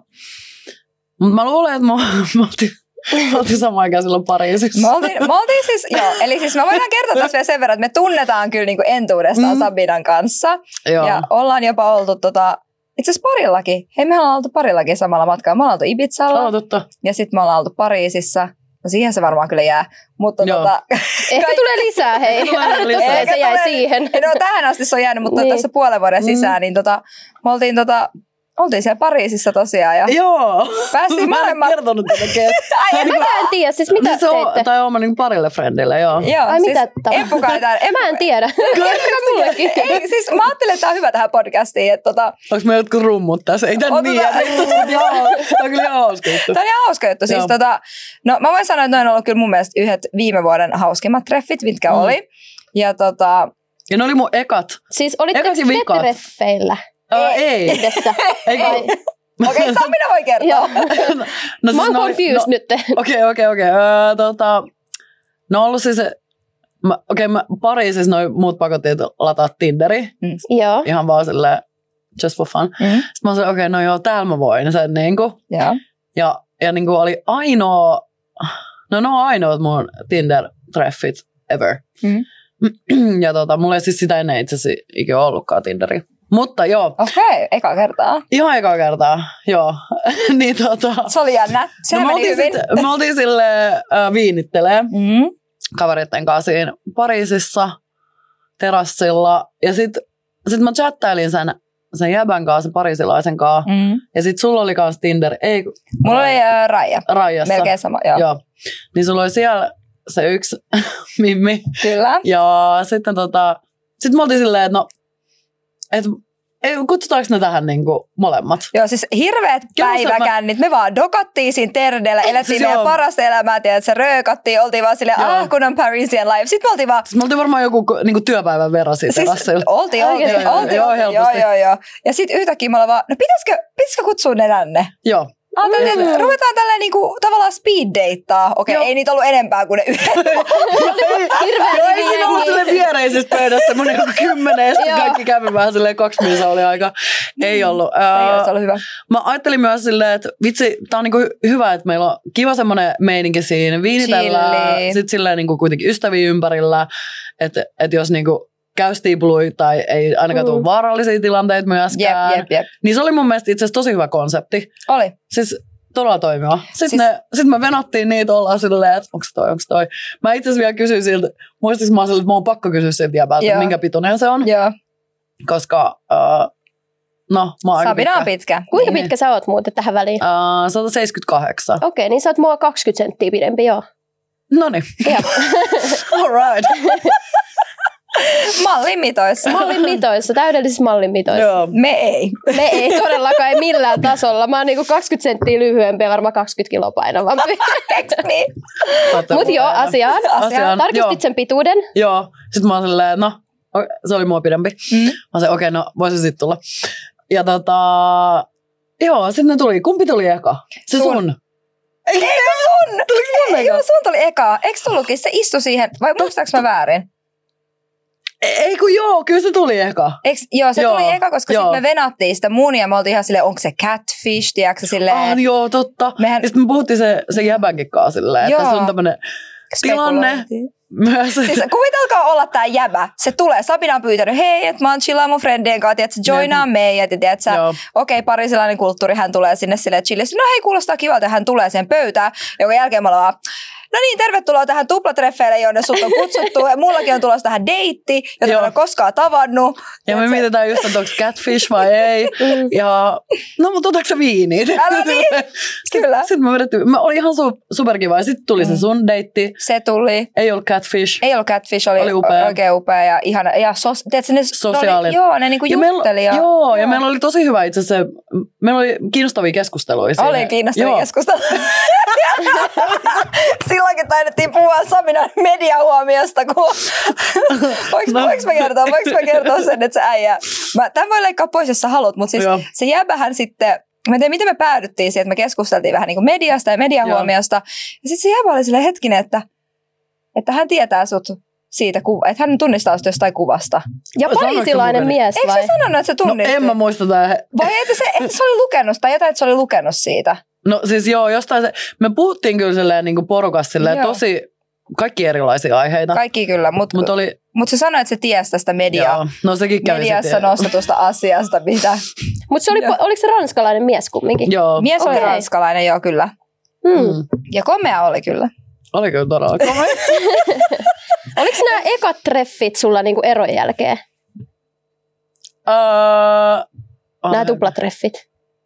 mutta mä luulen, että mä, mä oltiin Me oltiin samaan aikaan silloin Pariisissa. Me oltiin, me oltiin siis, joo, eli siis mä voidaan kertoa tässä vielä sen verran, että me tunnetaan kyllä niinku entuudestaan mm. Sabinan kanssa. Joo. Ja ollaan jopa oltu tota, itse asiassa parillakin. Hei, mehän ollaan oltu parillakin samalla matkalla. Me ollaan oltu Ibizalla. Oh, totta. Ja sitten me ollaan oltu Pariisissa. No siihen se varmaan kyllä jää. Mutta tota, ehkä kaik- tulee lisää, hei. Tulee lisää. Se jäi siihen. No tähän asti se on jäänyt, mutta niin. Tässä puolen vuoden sisään, mm. niin tota, me oltiin tota, Oltiin siellä Pariisissa tosiaan ja joo. Päästiin molemmat. Mä en kertonut tätä ketään. Ai, mä en tiedä, siis mitä se on, teitte? Tai oon mä niin parille friendille, joo. Joo, ai siis mitä Emppukaan täällä. Emppu... Mä en tiedä. mullekin. Ei, siis mä ajattelin, että tää on hyvä tähän podcastiin. Että tota... Onks me jotkut rummut tässä? Ei tän niin. Tää on kyllä ihan hauska juttu. Tää on ihan hauska juttu. Siis, tota, no mä voin sanoa, että noin on ollut kyllä mun mielestä yhdet viime vuoden hauskimmat treffit, mitkä mm. oli. Ja tota... Ja ne oli mun ekat. Siis olitteko te treffeillä? Ei. Yhdessä? Ei. Okei, okay, Sabina voi kertoa. no, no, mä oon confused no, nyt. Okei, okei, okei. Tota, no on ollut siis, okei, okay, Pariisissa noin muut pakottiin lataa Tinderi. Mm. Joo. Ihan vaan silleen, just for fun. Mm. Sitten mä sanoin, okei, okay, no joo, täällä mä voin sen niinku. Joo. Ja, ja niinku oli ainoa, no ne on ainoat mun Tinder-treffit ever. Mm. Ja tota, mulla ei siis sitä ennen itse asiassa ikinä ollutkaan Tinderi. Mutta joo. Okei, okay, eka kertaa. Ihan eka kertaa, joo. niin tota. Se oli jännä. Sehän no, meni hyvin. Sit, me oltiin silleen äh, viinittelee Mm. kavereiden kanssa siinä Pariisissa terassilla. Ja sit, sit mä chattailin sen, sen jäbän kanssa, sen parisilaisen kanssa. Mm. Ja sit sulla oli kans Tinder. Ei, Mulla oli äh, Raija. Rajassa. Melkein sama, joo. joo. Niin sulla oli siellä se yksi mimmi. Kyllä. Ja sitten tota, sit me oltiin silleen, että no, et, ei, kutsutaanko ne tähän niinku molemmat? Joo, siis hirveät päiväkännit. Me vaan dokattiin siinä Terdellä, elettiin siis meidän joo. parasta elämää, että se röökattiin, oltiin vaan silleen, Joo. ah, kun on Parisian live. Sitten me oltiin vaan, Siis me oltiin varmaan joku niinku työpäivän verran siitä siis terassilla. oltiin, oltiin, Joo, joo, oltiin, joo, oltiin, joo, helposti. joo, joo. Ja sitten yhtäkkiä me ollaan vaan, no pitäisikö, pitäisikö kutsua ne tänne? Joo. Ajattelin, että ruvetaan tälleen niinku tavallaan speed-deittaa. Okei, Joo. ei niitä ollut enempää kuin ne yhdet. Hirveän Joo, ei hyviä siinä ollut jengiä. silleen viereisessä pöydässä semmoinen joku kymmenen, ja sitten Joo. kaikki kävi vähän silleen kaksi miisa oli aika. Ei ollut. Ei Ää, olisi ollut hyvä. Mä ajattelin myös silleen, että vitsi, tää on niinku hy- hyvä, että meillä on kiva semmoinen meininki siinä. Viinitellään, Chilli. sit silleen niinku kuitenkin ystäviä ympärillä, että et jos niinku käy stiiplui tai ei ainakaan tule Mm. vaarallisia tilanteita myöskään. Jep, jep, jep. Niin se oli mun mielestä itse asiassa tosi hyvä konsepti. Oli. Siis todella toimiva. Sitten Siis- siis, ne, sit me venattiin niitä, ollaan silleen, että onks toi, onks toi. Mä itse asiassa vielä kysyin siltä, muistis mä siltä, että mä oon pakko kysyä siltä jäbältä, Joo. minkä pituinen se on. Joo. Koska, uh, no, mä oon aika Sabina on pitkä. pitkä. Kuinka Niin. pitkä sä oot muuten tähän väliin? Uh, sata seitsemänkymmentäkahdeksan. Okei, niin sä oot mua kaksikymmentä senttiä pidempi, joo. Noniin. Jep. All right. Mallin mitoissa. Mallin mitoissa, täydellisissä mallin mitoissa. Joo. Me ei. Me ei todellakaan ei millään tasolla. Mä oon niinku kaksikymmentä senttiä lyhyempi ja varmaan kaksikymmentä kiloa painavampi. Eiks niin? Ootte Mut joo, mukana. asiaan. Asiaan, Tarkistit joo. sen pituuden. Joo. Sitten mä oon silleen, no, o- se oli mua pidempi. Mm. Mä oon se, okei, okay, no, voisi sit tulla. Ja tota, joo, sitten ne tuli. Kumpi tuli eka? Se Sun. sun. Eikö sun? Tuliko mun eka? Joo, sun tuli eka. Eikö tullutkin? Se istui siihen. Vai muistaaks mä väärin? Ei kun joo, kyllä se tuli eka. Eiks, joo, se Joo, tuli eka, koska joo. sitten me venattiin sitä mun ja me oltiin ihan silleen, onko se catfish, tiedätkö silleen. Ah, joo, totta. Mehän- Ja sitten me puhuttiin se, se jäbänkin kanssa silleen, että Joo. se on tämmönen tilanne spekulointiin. myös. Siis kuvitelkaa olla tää jäbä. Se tulee. Sabina on pyytänyt, hei, että mä oon chillaa mun friendien kanssa, tiedätkö, joinaa meidät. Ja tiedätkö, Joo. okei, okay, parisilainen kulttuuri, hän tulee sinne silleen chillissä. No hei, kuulostaa kivalta, hän tulee siihen pöytään, jonka jälkeen mä ollaan vaan, no niin, tervetuloa tähän tuplatreffeille, jonne sut on kutsuttu. Ja mullakin on tulossa tähän deitti, jota Joo. mä en ole koskaan tavannut. Ja me Tiedätkö, mietitään just, että onko catfish vai ei. Ja no, mutta otatko sä viiniä? Älä niin. Kyllä. Sitten me vedettiin, me oli ihan su, superkiva. Ja sitten tuli Mm. se sun deitti. Se tuli. Ei ollut catfish. Ei ollut catfish, oli, Oli upea. oikein upea ja ihana. Ja sos, tiedätkö, ne, Sosiaalinen. Ne oli, joo, ne niinku Ja meillä, jutteli. Ja, joo, ja meillä oli tosi hyvä itse asiassa. Meillä oli kiinnostavia keskusteluja siinä. Oli kiinnostavia Joo. keskustelu. Silloinkin taidettiin puhua Sabinan mediahuomiosta, kun... voinko, No. voinko mä kertoa, voinko mä kertoa sen, että se äijä... Mä, tämän voi leikkaa pois, jos sä haluat, mutta siis Joo. se jäbähän sitten... Mä en tiedä, miten me päädyttiin siihen, että me keskusteltiin vähän niin kuin mediasta ja mediahuomiosta. Ja sitten se jäbä oli silleen hetkinen, että, että hän tietää sut siitä, kuva, että hän tunnistaa sut jostain kuvasta. Ja Sanoiko parisilainen mun veli? mies Eikö vai? se sanonut, että se No tunnisti? en mä muista tää. Vai että se, että se oli lukenut tai jotain, että se oli lukenut siitä? No siis joo, jostain se, me puhuttiin kyllä silleen niin kuin porukassa silleen Joo. tosi, kaikki erilaisia aiheita. Kaikki kyllä, mutta Mutta oli, mut se sanoi, että se tiesi tästä mediaa. joo, no sekin kävi mediassa sitten. nostatusta asiasta, mitä... Mutta se oli, Joo. oliko se ranskalainen mies kumminkin? Joo, Mies oli Okei. ranskalainen, joo, kyllä. Hmm. mm. Ja komea oli kyllä. Oli kyllä todella komea. Oliko nämä ekat treffit sulla niinku eron jälkeen? uh, Nämä tuplatreffit?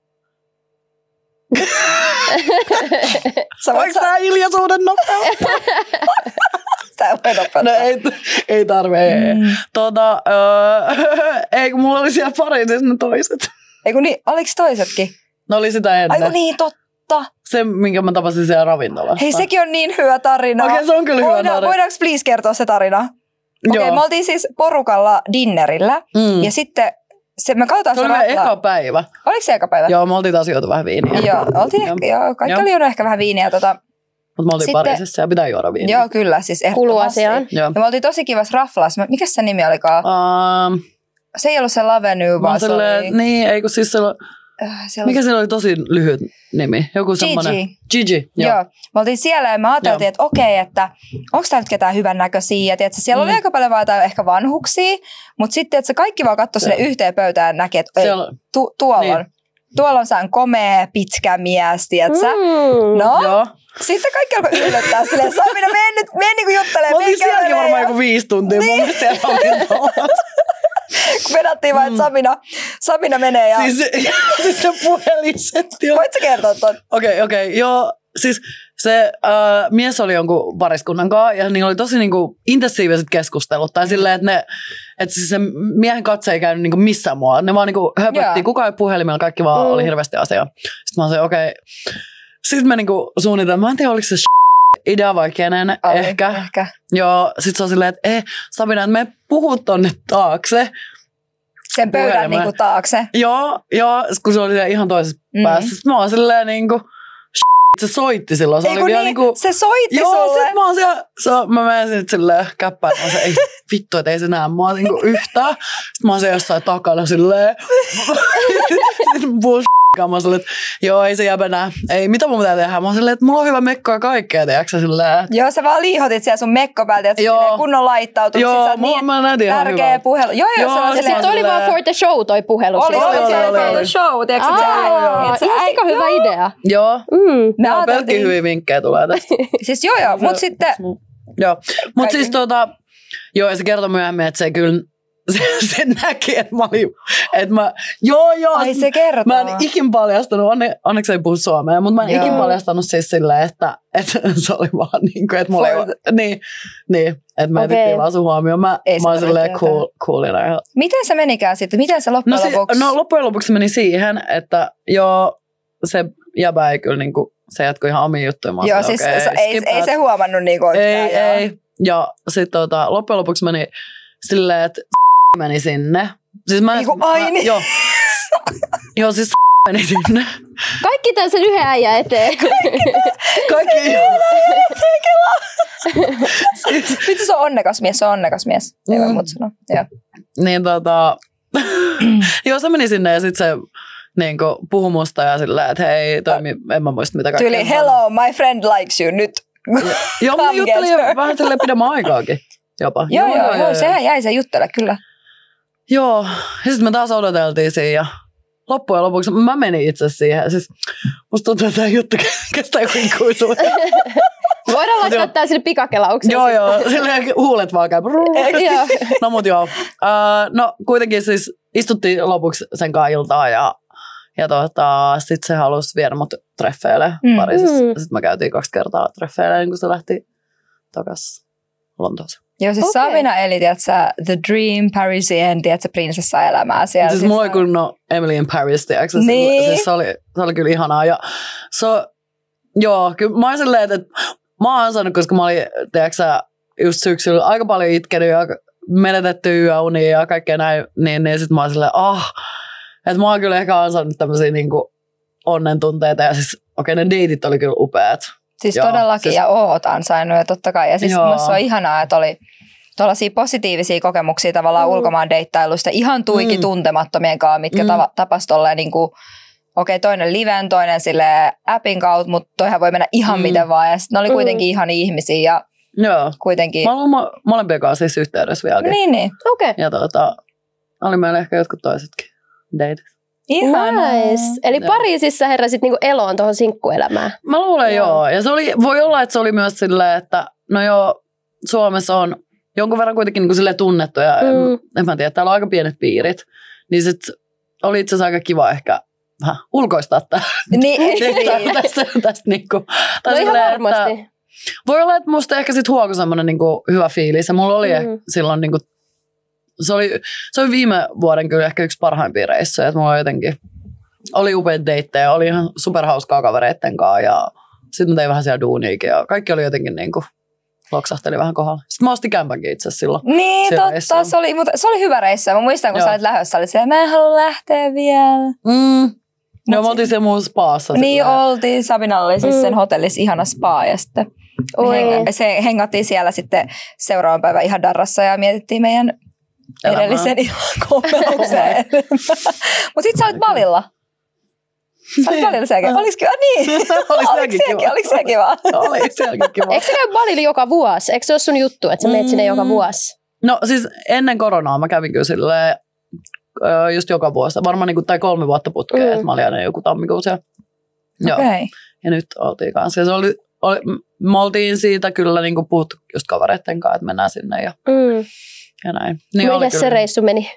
Sä voit Voiko sa- tää hiljaisuuden nopeutta? Sitä voi nopeuttaa. No ei, ei tarvitse. Mm. Tota, uh, ei kun mulla oli siellä Pariisissa ne toiset. Eiku niin, oliko toisetkin? Ne oli sitä ennen. Aiku niin, totta. Se, minkä mä tapasin siellä ravintolassa. Hei, sekin on niin hyvä tarina. Okei, se on kyllä hyvä Voidaan, tarina. voidaanko please kertoa se tarina? Okei, Joo. me oltiin siis porukalla dinnerillä. Mm. Ja sitten se, me katsotaan Se se oli meidän rapla. eka päivä. Oliko se eka päivä? Joo, me oltiin taas juotu vähän viiniä. Joo, oltiin Joo. ehkä, joo, kaikki Joo. oli juonut ehkä vähän viiniä. Tota, Mutta me oltiin Sitten- Pariisissa ja pitää juoda viiniä. joo, kyllä, siis Kuuluu ehdottomasti. asiaan. Joo. Ja me oltiin tosi kivassa raflassa. Mikä se nimi olikaan? Um, se ei ollut se Lavenue, vaan se oli... Niin, ei kun siis se oli... Siellä Mikä siellä oli tosi lyhyt nimi? Joku semmoinen... Gigi. Gigi, joo. Joo. Me oltiin siellä ja me ajateltiin, joo. että okei, että onko täällä nyt ketään hyvän näköisiä. Ja tiedätkö, siellä mm. oli aika paljon vaan ehkä vanhuksia, mutta sitten että kaikki vaan katsoi sinne yhteen pöytään ja näki, että siellä... tu- tuolla niin. on. Tuolla on sään komea, pitkä mies, tiedätkö? Mm. No, joo. Sitten kaikki alkoi yllättää silleen, Sabina, mene nyt, mene niinku juttelemaan. Mä oltiin sielläkin varmaan joku viisi tuntia, niin. Mun mielestä siellä olin tuolla. Kun vedettiin vaan, että Sabina, Sabina menee ja... Siis, siis se puhelinsetti on... Voit sä kertoa ton? Okei, okay, okei, okay, joo. Siis se äh, mies oli jonkun pariskunnan kanssa ja niillä oli tosi niinku intensiiviset keskustelut. Tai silleen, että ne, että siis se miehen katse ei käynyt niinku missään muualla. Ne vaan niinku höpöttiin, kukaan ei puhelimella, kaikki vaan mm. oli hirveästi asiaa. Sitten mä sanoin, okei. Okay. Sitten me niinku suunnitellaan, mä en tiedä, oliko se idea vai kenen, Oli, ehkä. ehkä. Joo, sit se on silleen, että eh, Sabina, että me puhut tonne taakse. Sen pöydän niinku taakse. Joo, joo, kun se oli siellä ihan toisessa mm. päässä. Sitten mä oon silleen niinku, se soitti silloin. Se, ei oli kun vielä niin, niinku, se soitti joo, sulle. Joo, sit mä oon siellä, se, mä menen sinne silleen käppään. Mä oon se, ei vittu, et ei se näe mua niinku yhtään. Sitten mä oon siellä jossain takana silleen. Sitten puhuu mä oon silleen, että joo, ei se jäbä näe. Ei, mitä mun pitää tehdä? Mä oon silleen, että mulla on hyvä mekko ja kaikkea, tiedätkö silleen. Joo, sä vaan liihotit siellä sun mekko päältä, että silleen kunnon laittautunut. Joo, sit niin mä näytin ihan tärkeä hyvä. puhelu. Joo, joo, joo. Ja sit oli vaan for the show toi puhelu. Oli, oli, oli for the show, tiedätkö sä? Ihan aika hyvä idea. Joo, mm. no, pelkkiä hyviä vinkkejä tulee tästä. Siis joo, joo, mut sitten... Joo, mut siis tuota... Joo, ja se kertoi myöhemmin, että se kyllä... Se, se näki, että mä olin, että mä, joo joo. Ai se kertoo. Mä en ikin paljastanut, onne, onneksi ei puhu suomea, mutta mä en joo. ikin paljastanut siis silleen, että, että se oli vaan niin kuin, että mulla ei, niin, niin, että me etittiin okay. vaan sun huomioon. Mä, mä olin silleen cool, coolina. Miten se menikään sitten? Miten se loppujen no, lopuksi? Si- no loppujen lopuksi meni siihen, että joo, se jäbä ei kyllä niinku, se jatkoi ihan omiin juttuja. Mä joo, siis okay, se, ei, ei se huomannut niinku Ei, yhtään, ei. Ja sitten tota, loppujen lopuksi meni silleen, että meni sinne. Siis mä, Eiku, ai mä, niin. Joo. joo, siis meni sinne. Kaikki tämän sen yhden äijän eteen. Kaikki. siis. Vitsi, se on onnekas mies, se on onnekas mies. Ei voi muuta sanoa. Joo. Niin tota, joo se meni sinne ja sitten se niinku puhui musta ja silleen, että hei, toimi, en mä muista mitä kaikkea. Tyyli, hello, my friend likes you, nyt. Joo, mä juttelin vähän silleen pidemmän aikaakin. Jopa. Joo, joo, joo, joo, sehän jäi se juttele, kyllä. Joo, ja sitten me taas odoteltiin siinä ja loppujen lopuksi mä menin itse siihen. Siis musta tuntuu, että tämä juttu kestää joku ikuisuuden. Voidaan laittaa tää sinne pikakelaukseen. Joo, joo, silleen huulet vaan käy. No mut joo. Uh, no kuitenkin siis istuttiin lopuksi sen kanssa iltaa ja, ja tota, sit se halusi viedä mut treffeille mm. Pariisissa. Mm. Sitten mä käytiin kaksi kertaa treffeille, niin kun se lähti takas Lontooseen. Joo, siis okay. Sabina eli, tiiätkö, the dream Parisien, tiiätkö, prinsessa-elämää siellä. Siis, siis mulla oli kyllä no Emily in Paris, tiiätkö? Niin. Siis se oli, se oli kyllä ihanaa. Ja so, joo, kyllä mä oon silleen, että mä oon ansainnut, koska mä olin, tiiätkö, just syksyllä aika paljon itkenyt ja menetetty yöunia ja kaikkea näin, niin, niin sit mä oon silleen, ah, että mä oon kyllä ehkä ansainnut tämmöisiä niinku onnen tunteita. Ja siis, okei, okay, ne deitit oli kyllä upeat. Siis joo, todellakin, siis, ja oot ansainnut ja totta kai. Ja siis mun se on ihanaa, että oli tuollaisia positiivisia kokemuksia tavallaan mm. ulkomaan deittailusta ihan tuiki mm. tuntemattomien kanssa, mitkä mm. ta- tapas tolleen niin kuin, okei, okay, toinen liven, toinen sille appin kautta, mutta toihan voi mennä ihan mm. miten vaan. Ja sitten ne oli kuitenkin mm. ihania ihmisiä ja joo. kuitenkin. Mä olen mo- molempien kanssa siis yhteydessä vieläkin. Niin, niin. Okei. Okay. Ja tuota, oli meillä ehkä jotkut toisetkin deitit. Ihanaa. Nice. Eli joo. Pariisissa heräsit niinku eloon tuohon sinkkuelämään. Mä luulen joo. joo. Ja se oli, voi olla, että se oli myös silleen, että no joo, Suomessa on jonkun verran kuitenkin niinku silleen tunnettu ja mm. en, en mä tiedä, täällä on aika pienet piirit. Niin sit oli itse asiassa aika kiva ehkä vähän ulkoistaa tämä. Niin. tästä, tästä niinku. No ihan varmasti. Että, voi olla, että musta ehkä sit huokui semmoinen niinku hyvä fiilis. Ja mulla oli mm. silloin niinku Se oli, se oli viime vuoden kyllä ehkä yksi parhaimpia reissuja, että mulla jotenkin oli upeita deittejä, oli ihan superhauskaa kavereitten kanssa ja sitten mä tein vähän siellä duuniikin ja kaikki oli jotenkin niin kuin loksahteli vähän kohdalla. Sitten mä ostin kämpänkin itse asiassa silloin. Niin, totta, se oli, mutta se oli hyvä reissu. Mä muistan, kun joo. sä olit lähdössä, sä olit siellä, mä en halua lähteä vielä. Mm. No me oltiin siellä mun spaassa. Niin silleen. Oltiin, Sabina oli siis mm. sen hotellissa ihana spa ja sitten heng- se hengattiin siellä sitten seuraavan päivän ihan darrassa ja mietittiin meidän edellisen illan kommelluksen. Mutta sit sä olit Balilla. Sä olit Balilla sekin. Oliko kiva? Niin. Oliko sekin kiva? Oliko se kiva? Oli sielläkin kiva. Eikö sä käy Balilla joka vuosi? Eikö se ole sun juttu, että sä meet sinne joka vuosi? No siis ennen koronaa mä kävin kyllä silleen just joka vuosi. Varmaan niinku, tai kolme vuotta putkeen, mm. että mä olin aina joku tammikuussa. Joo. Okay. Ja nyt oltiin kanssa. Ja se oli, oli, me oltiin siitä kyllä niinku puhuttu just kavereitten kanssa, että mennään sinne ja, mm. ja näin. Niin mikäs se reissu meni?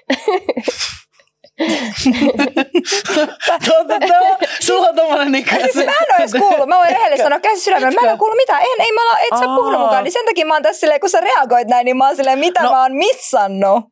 Tuota, sulla on tommonen niin siis mä en ole edes kuullut. Mä voin rehellisesti sanoa käsi sydämellä. Mä en ole kuullut mitään. En, ei mä olla, et sä Aa. puhunut mukaan. Niin sen takia mä oon tässä silleen, kun sä reagoit näin, niin mä oon silleen, mitä no. mä oon missannut.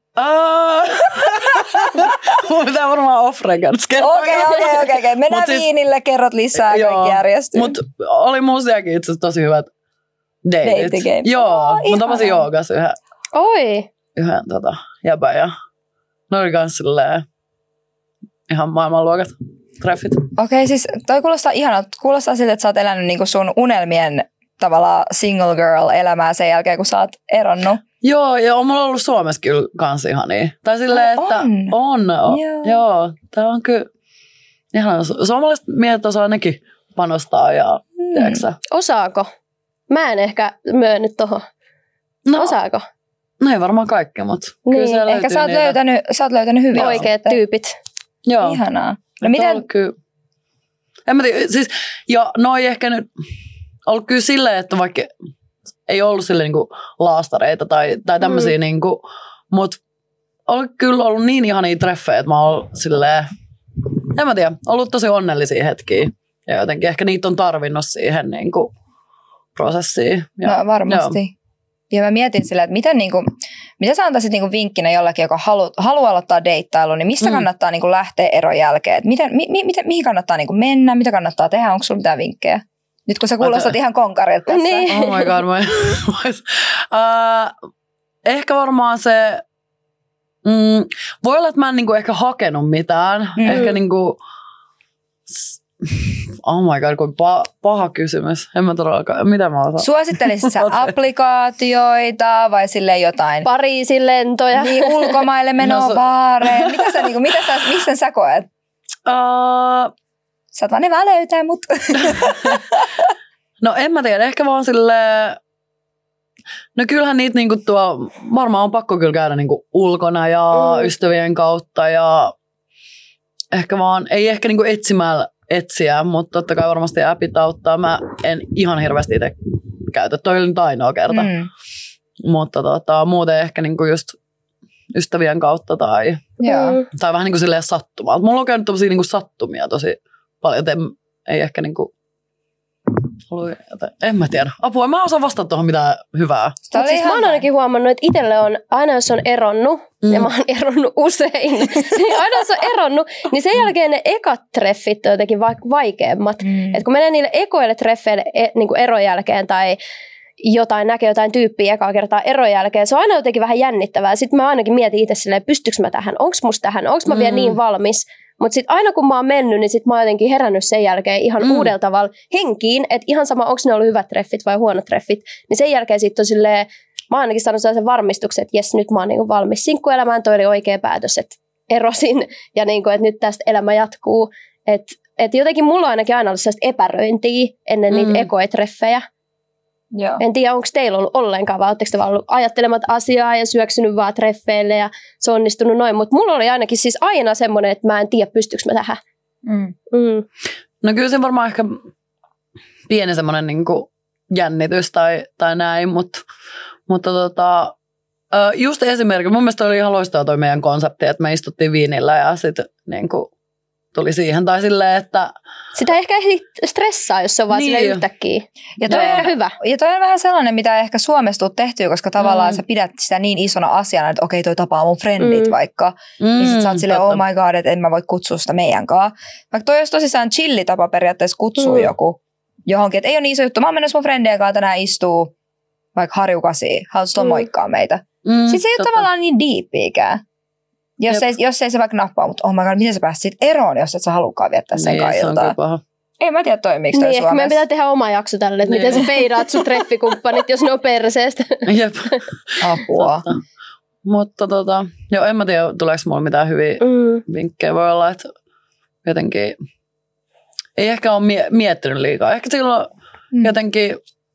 Mun pitää varmaan off-records kertoa. Okei, okei, okei. Mennään siis, viinille, kerrot lisää, joo, kaikki järjestyy. Mutta oli musiakin itse asiassa tosi hyvät deitit. Date joo, oh, mä tapasin joogas yhden. Oi. Yhden tota, jäbän ja ne oli kans silleen ihan maailmanluokat treffit. Okei, siis toi kuulostaa ihanalta. Kuulostaa siltä, että sä oot elänyt niinku sun unelmien tavallaan single girl elämää sen jälkeen, kun sä oot eronnut. Joo, ja on mulla ollut Suomessa kyllä kans ihania. Tai silleen, että on. on, on joo. joo. Tää on kyllä ihan, suomalaiset miehet osaa nekin panostaa ja hmm. tiedätkö. Osaako? Mä en ehkä myönnyt tohon. No, osaako? No ei varmaan kaikki, mutta niin, kyllä siellä ehkä sä oot, löytänyt, sä oot löytänyt hyvin oikeat tyypit. Joo. Ihanaa. No miten? Kyllä, en mä tiedä, siis, ja noi ehkä nyt ollut kyllä silleen, että vaikka ei ollut silleen niinku laastareita tai, tai tämmöisiä, mm. niinku, mutta on kyllä ollut niin ihania treffejä, että mä oon ollut silleen, en mä tiedä, ollut tosi onnellisia hetkiä. Ja jotenkin ehkä niitä on tarvinnut siihen niinku prosessiin. Ja, no varmasti. Joo. Ja mä mietin silleen, että miten niinku, mitä sä antaisit niinku vinkkinä jollekin, joka halu, haluaa aloittaa deittailun, niin mistä mm. kannattaa niinku lähteä eron jälkeen? Et miten, mi, mi, mihin kannattaa niinku mennä, mitä kannattaa tehdä, onko sulla mitään vinkkejä? Nyt kun sä kuulostat ihan konkarilta tässä. Niin. Oh my god. My, uh, ehkä varmaan se, mm, voi olla, että mä en niinku ehkä hakenut mitään. Mm. Ehkä niinku, oh my god, kuin paha, paha kysymys. En mä todellakaan, mitä mä osaan. Suosittelisit sä applikaatioita vai silleen jotain? Pariisin lentoja. Niin, ulkomaille menoa no, baareen. Mitä sä, niinku, mitä sä, missä sä koet? Uh, Sä oot vaan ne vaan löytää mut. No en mä tiedä, ehkä vaan silleen, no kyllähän niitä niinku tuo, varmaan on pakko kyllä käydä niinku ulkona ja mm. ystävien kautta ja ehkä vaan, ei ehkä niinku etsimällä etsiä, mutta totta kai varmasti appit auttaa. Mä en ihan hirveästi itse käytä, toi oli nyt ainoa kerta. Mm. Mutta tota, muuten ehkä niinku just ystävien kautta tai, mm. tai vähän niinku silleen sattumaa. Mulla on käynyt tommosia niinku sattumia tosi paljon, joten ei ehkä niinku ollut, joten en mä tiedä. Apua, en mä osaa vastata tuohon mitään hyvää. Siis mä oon ainakin huomannut, että itselle on, aina jos on eronnut, mm. ja mä oon eronnut usein, niin aina jos on eronnut, niin sen jälkeen ne ekat treffit on jotenkin va- vaikeammat. Mm. Et kun menee niille ekoille treffeille e, niin eron jälkeen tai jotain, näkee jotain tyyppiä ekaa kertaa eron jälkeen, se on aina jotenkin vähän jännittävää. Sitten mä ainakin mietin itse silleen, pystyykö mä tähän, onko musta tähän, onko mä mm. vielä niin valmis. Mutta sitten aina kun mä oon mennyt, niin sit mä oon jotenkin herännyt sen jälkeen ihan mm. uudella tavalla henkiin, että ihan sama, onko ne ollut hyvät treffit vai huonot treffit, niin sen jälkeen sitten on silleen, mä oon ainakin saanut sellaisen varmistuksen, että jes, nyt mä oon niinku valmis sinkkuelämään, toi oli oikea päätös, että erosin ja niinku, että nyt tästä elämä jatkuu. Että et jotenkin mulla on ainakin aina ollut sellaista epäröintiä ennen niitä mm. ekoja treffejä. Joo. En tiedä, onko teillä ollut ollenkaan, vai oletteko te vaan ollut ajattelemat asiaa ja syöksynyt vaan treffeille ja se on onnistunut noin. Mutta mulla oli ainakin siis aina semmoinen, että mä en tiedä, pystyykö mä tähän. Mm. Mm. No kyllä se varmaan ehkä pieni semmoinen niin kuin jännitys tai, tai näin, mutta, mutta tota, just esimerkiksi, mun mielestä oli ihan loistava toi meidän konsepti, että me istuttiin viinillä ja sitten niin kuin tuli siihen. Tai silleen, että sitä ehkä ehdi stressaa, jos se on vaan niin silleen yhtäkkiä. Ja toi, on, hyvä. Ja toi on vähän sellainen, mitä ei ehkä Suomessa tuu tehtyä, koska tavallaan mm. sä pidät sitä niin isona asiana, että okei, toi tapaa mun frendit mm. vaikka. Mm, niin sit sä oot silleen, oh my god, että en mä voi kutsua sitä meidänkaan. Vaikka toi olisi tosissaan chillitapa periaatteessa kutsua mm. joku johonkin. Että ei ole niin iso juttu. Mä oon mennessä mun frendien kanssa tänään istuu vaikka harjukasiin. Haluaisit tulla mm. moikkaa meitä. Mm, Sitten se ei ole tavallaan niin deepiikään. Jos ei, jos ei se vaikka nappaa, mutta oh my god, miten sä pääsit siitä eroon, jos et sä halukkaan viettää sen niin, kanssa iltaa. Ei mä tiedä toimiiko toi niin, Suomessa. Meidän pitää tehdä oma jakso tälle, että niin. miten sä feidaat sun treffikumppanit, jos ne on perseestä. Jep. Apua. Mutta tota, joo, en mä tiedä, tuleeko mulla mitään hyviä Mm. vinkkejä. Voi olla, että jotenkin ei ehkä ole mie- miettinyt liikaa. Ehkä silloin mm. jotenkin,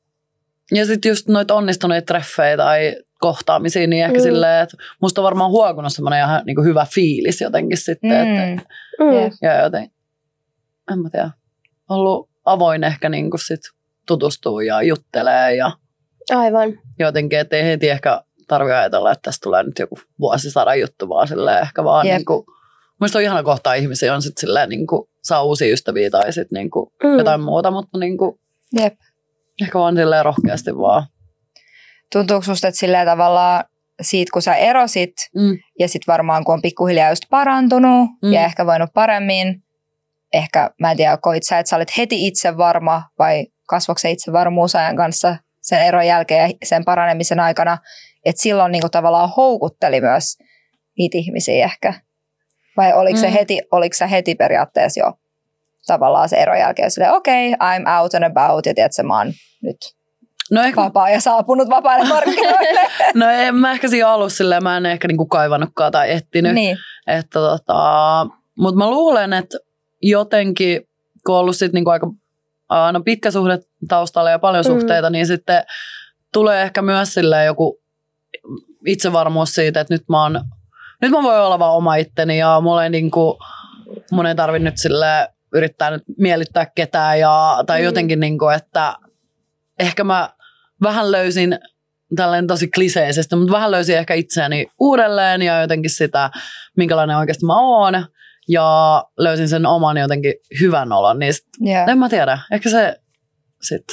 ja sitten just noita onnistuneita treffejä tai kohtaamisia, niin ehkä mm. silleen, että musta on varmaan huokunut semmoinen ihan niin kuin hyvä fiilis jotenkin sitten. Mm. Että, Mm. ja joten, en mä tiedä, ollut avoin ehkä niin kuin sit tutustuu ja juttelee ja Aivan. jotenkin, ettei heti ehkä tarvitse ajatella, että tästä tulee nyt joku vuosisadan juttu, vaan silleen ehkä vaan Jep. niin kuin, musta on ihana kohtaa ihmisiä, on sitten silleen niin kuin, saa uusia ystäviä tai sitten niin kuin Mm. jotain muuta, mutta niin kuin, Jep. ehkä vaan silleen rohkeasti vaan. Tuntuuko susta, että silleen tavallaan siitä, kun sä erosit, Mm. ja sitten varmaan, kun on pikkuhiljaa just parantunut Mm. ja ehkä voinut paremmin, ehkä, mä en tiedä, koit sä, että sä olet heti itse varma vai kasvoiko se itsevarmuus ajan kanssa sen eron jälkeen ja sen paranemisen aikana, että silloin niinku tavallaan houkutteli myös niitä ihmisiä ehkä. Vai oliko, mm. se heti, oliko sä heti periaatteessa jo tavallaan se eron jälkeen silleen, okei, okay, I'm out and about, ja tiedätkö, mä oon nyt No, ehkä, vapaa ja saapunut vapaille markkinoille. no en mä ehkä siinä alussa silleen, mä en ehkä niinku kaivannutkaan tai etsinyt. Niin. Että tota, mutta mä luulen, että jotenkin, kun on ollut sit niinku aika aina pitkä suhde taustalla ja paljon suhteita, mm. niin sitten tulee ehkä myös silleen joku itsevarmuus siitä, että nyt mä oon, nyt mä voin olla vaan oma itteni ja mulla ei niinku, mun ei tarvi nyt silleen yrittää nyt miellyttää ketään ja, tai mm. jotenkin niinku, että ehkä mä vähän löysin tälleen tosi kliseisesti, mutta vähän löysin ehkä itseäni uudelleen ja jotenkin sitä, minkälainen oikeasti mä oon. Ja löysin sen oman jotenkin hyvän olon, niin sit, Yeah. en mä tiedä, ehkä se sit,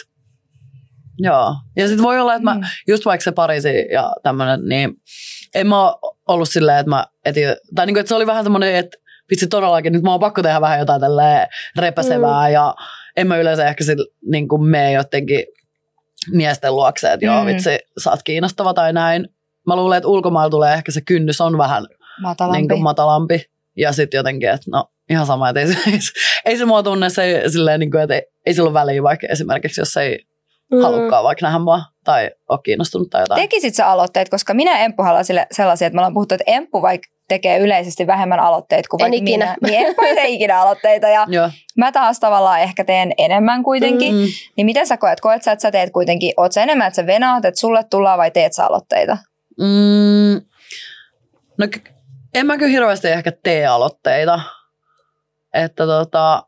joo. Ja sit voi olla, että mä, Mm. just vaikka se Pariisi ja tämmönen, niin en mä oo ollut silleen, että mä etin, tai niinku, että se oli vähän semmoinen, että vitsi todellakin, nyt mä oon pakko tehdä vähän jotain tälleen repäsevää, mm. ja en mä yleensä ehkä sit, niin kuin mene jotenkin miesten luokse, että joo, Mm. vitsi, sä oot kiinnostava tai näin. Mä luulen, että ulkomailla tulee ehkä se kynnys on vähän Matalampi. niin kuin matalampi. Ja sitten jotenkin, että no ihan sama, että ei se, ei se mua tunne, se, silleen, niin kuin, että ei, ei sillä ole väliä vaikka esimerkiksi, jos ei mm. halukkaan vaikka nähdä mua tai ole kiinnostunut tai jotain. Tekisit sä aloitteet, koska minä ja Emppu ollaan sille- sellaisia, että me ollaan puhuttu, että Emppu vaikka tekee yleisesti vähemmän aloitteita kuin En vaikka ikinä. minä. Niin Emppu ei tee ikinä aloitteita ja Joo. mä taas tavallaan ehkä teen enemmän kuitenkin. Mm. Niin miten sä koet? Koet sä, että sä teet kuitenkin, oot sä enemmän, että sä venaat, että sulle tullaan vai teet sä aloitteita? Mm. No en mä kyllä hirveästi ehkä tee aloitteita. Että tota,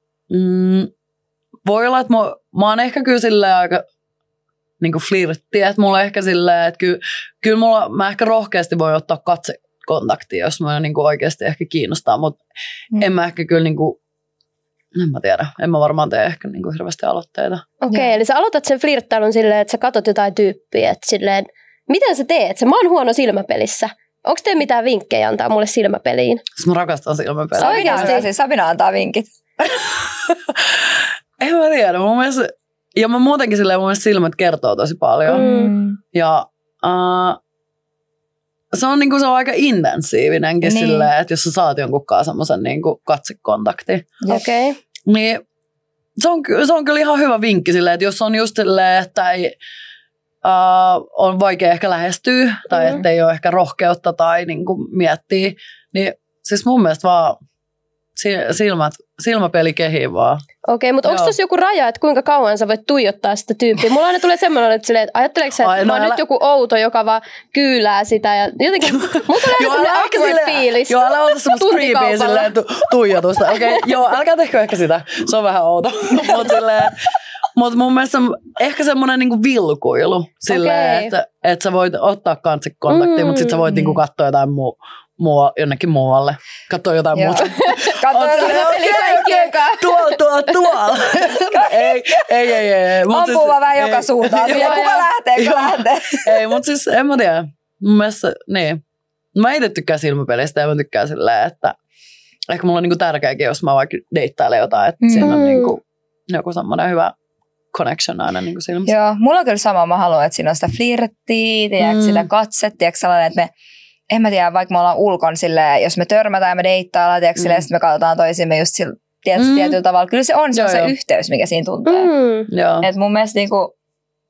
mm, voi olla, että mä, mä oon ehkä kyllä silleen aika niinku flirtti, että mulla ehkä silleen, että kyllä, kyllä mulla, mä ehkä rohkeasti voi ottaa katsekontaktia, jos mä niinku oikeasti ehkä kiinnostaa, mutta Mm. en mä ehkä kyllä niinku, en mä tiedä, en mä varmaan tee ehkä niinku hirveästi aloitteita. Okei, okay, Joo. eli sä aloitat sen flirttailun silleen, että sä katot jotain tyyppiä, että silleen, miten sä teet? Sä, mä oon huono silmäpelissä. Onko teillä mitään vinkkejä antaa mulle silmäpeliin? Siis mä rakastan silmäpeliä. Sabina, Oikeasti? antaa, siis Sabina antaa vinkit. En mä tiedä, mun mielestä, ja mä muutenkin silleen, mun mielestä silmät kertoo tosi paljon. Mm. Ja uh, se on, niinku, se on aika intensiivinenkin Niin. silleen, että jos sä saat jonkunkaan semmoisen niinku katsekontaktin, Jep. Okei. Okay. niin se on, ky- se on kyllä ihan hyvä vinkki silleen, että jos on just silleen, että ei, uh, on vaikea ehkä lähestyä tai Mm. ettei ole ehkä rohkeutta tai niinku miettiä, niin siis mun mielestä vaan si- silmät, silmäpeli kehii vaan. Okei, mutta onko Joo. tuossa joku raja, että kuinka kauan sä voit tuijottaa sitä tyyppiä? Mulla aina tulee semmoinen, että, silleen, että ajatteleeko sä, Ai, että no mä oon älä- nyt joku outo, joka vaan kyylää sitä. Ja jotenkin, mulla tulee aina semmoinen älä awkward silleen- fiilis. Joo, älä ota semmoista creepyä Tuntikaupalla. silleen tu- tuijotusta. Okei, okay, joo, älkää tehkö ehkä sitä. Se on vähän outo. Mutta mut mun mielestä on ehkä semmoinen niinku vilkuilu. Silleen, Okei. että, että sä voit ottaa kansikontaktia, Mm. mutta sit sä voit niinku katsoa jotain muu, muu, jonnekin muualle. Katsoa jotain Joo. muuta. Katso, Oot silleen, että okei, peli kaikkien okei, kanssa. Tuolla, tuolla, tuolla. ei, ei, ei, ei. ei. Mut Ampuu siis- vaan vähän ei. joka suuntaan. Silleen, Joo, kuka joo. lähtee, kuka Joo. lähtee. Ei, mutta siis en mä tiedä. Mun mielestä, niin. Mä itse tykkään silmäpelistä ja mä tykkään silleen, että ehkä mulla on niinku tärkeäkin, jos mä vaikka deittailen jotain, että Mm. siinä on niinku joku semmoinen hyvä connection aina niinku silmissä. Joo, mulla on kyllä sama. Mä haluan, että siinä on sitä flirttiä, tiedätkö, Mm. sitä katset, tiedätkö, sellainen, että me, en mä tiedä, vaikka me ollaan ulkon silleen, jos me törmätään ja me deittaillaan, tiedätkö, Mm. silleen, sitten me katsotaan toisimme just sillä, tiedätkö, Mm. tietyllä tavalla. Kyllä se on, se Joo, on se joo. yhteys, mikä siinä tuntee. Mm. Joo. Et mun mielestä niinku,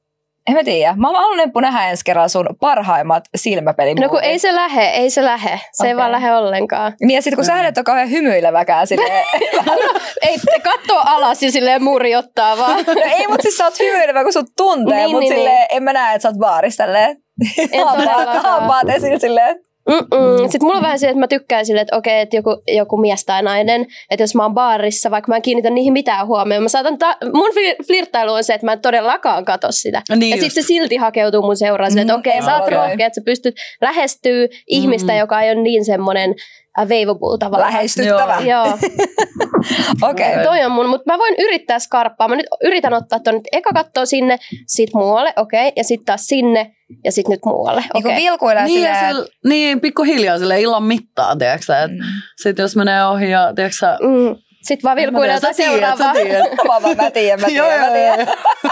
En mä tiedä. Mä haluan Emppu nähdä ensi kerralla sun parhaimmat silmäpelimuovit. No kun ei se lähe, ei se lähe. Se okay. ei vaan lähe ollenkaan. Niin ja sit kun mm. sä et ole kauhean hymyileväkään silleen. no, ei kattoo alas ja silleen murjottaa vaan. no ei, mut siis sä oot hymyilevä, kun sut tuntee. Niin, mut niin, silleen niin. En mä näe, että sä oot baarissa tälleen. Hampaat esillä silleen. Mm-mm. Sitten mulla on vähän se, että mä tykkään sille, että okei, että joku, joku mies tai nainen, että jos mä oon baarissa, vaikka mä en kiinnitä niihin mitään huomioon, mä saatan ta- mun flirttailu on se, että mä en todellakaan katso sitä. Niin ja sitten se silti hakeutuu mun seuraan sille, että okei, mm, sä oot okay. rohkea, että sä pystyt lähestyä mm. ihmistä, joka ei ole niin semmoinen available tavallaan. Lähestyttävä. Joo. Okei. Okay. Toi on mun, mutta mä voin yrittää skarppaa. Mä nyt yritän ottaa ton, että eka kattoo sinne, sit muualle, okei, okay, ja sitten taas sinne, ja sitten nyt muualle. Niin kuin vilkuilee niin, silleen. Sille, niin, pikkuhiljaa silleen illan mittaan, tiedätkö mm. Sitten jos menee ohi ja, tiedätkö sä... Mm. Sitten vaan vilkuilee jotain seuraavaa. Mä vaan mä tiedän, mä tiedän, mä tiedän.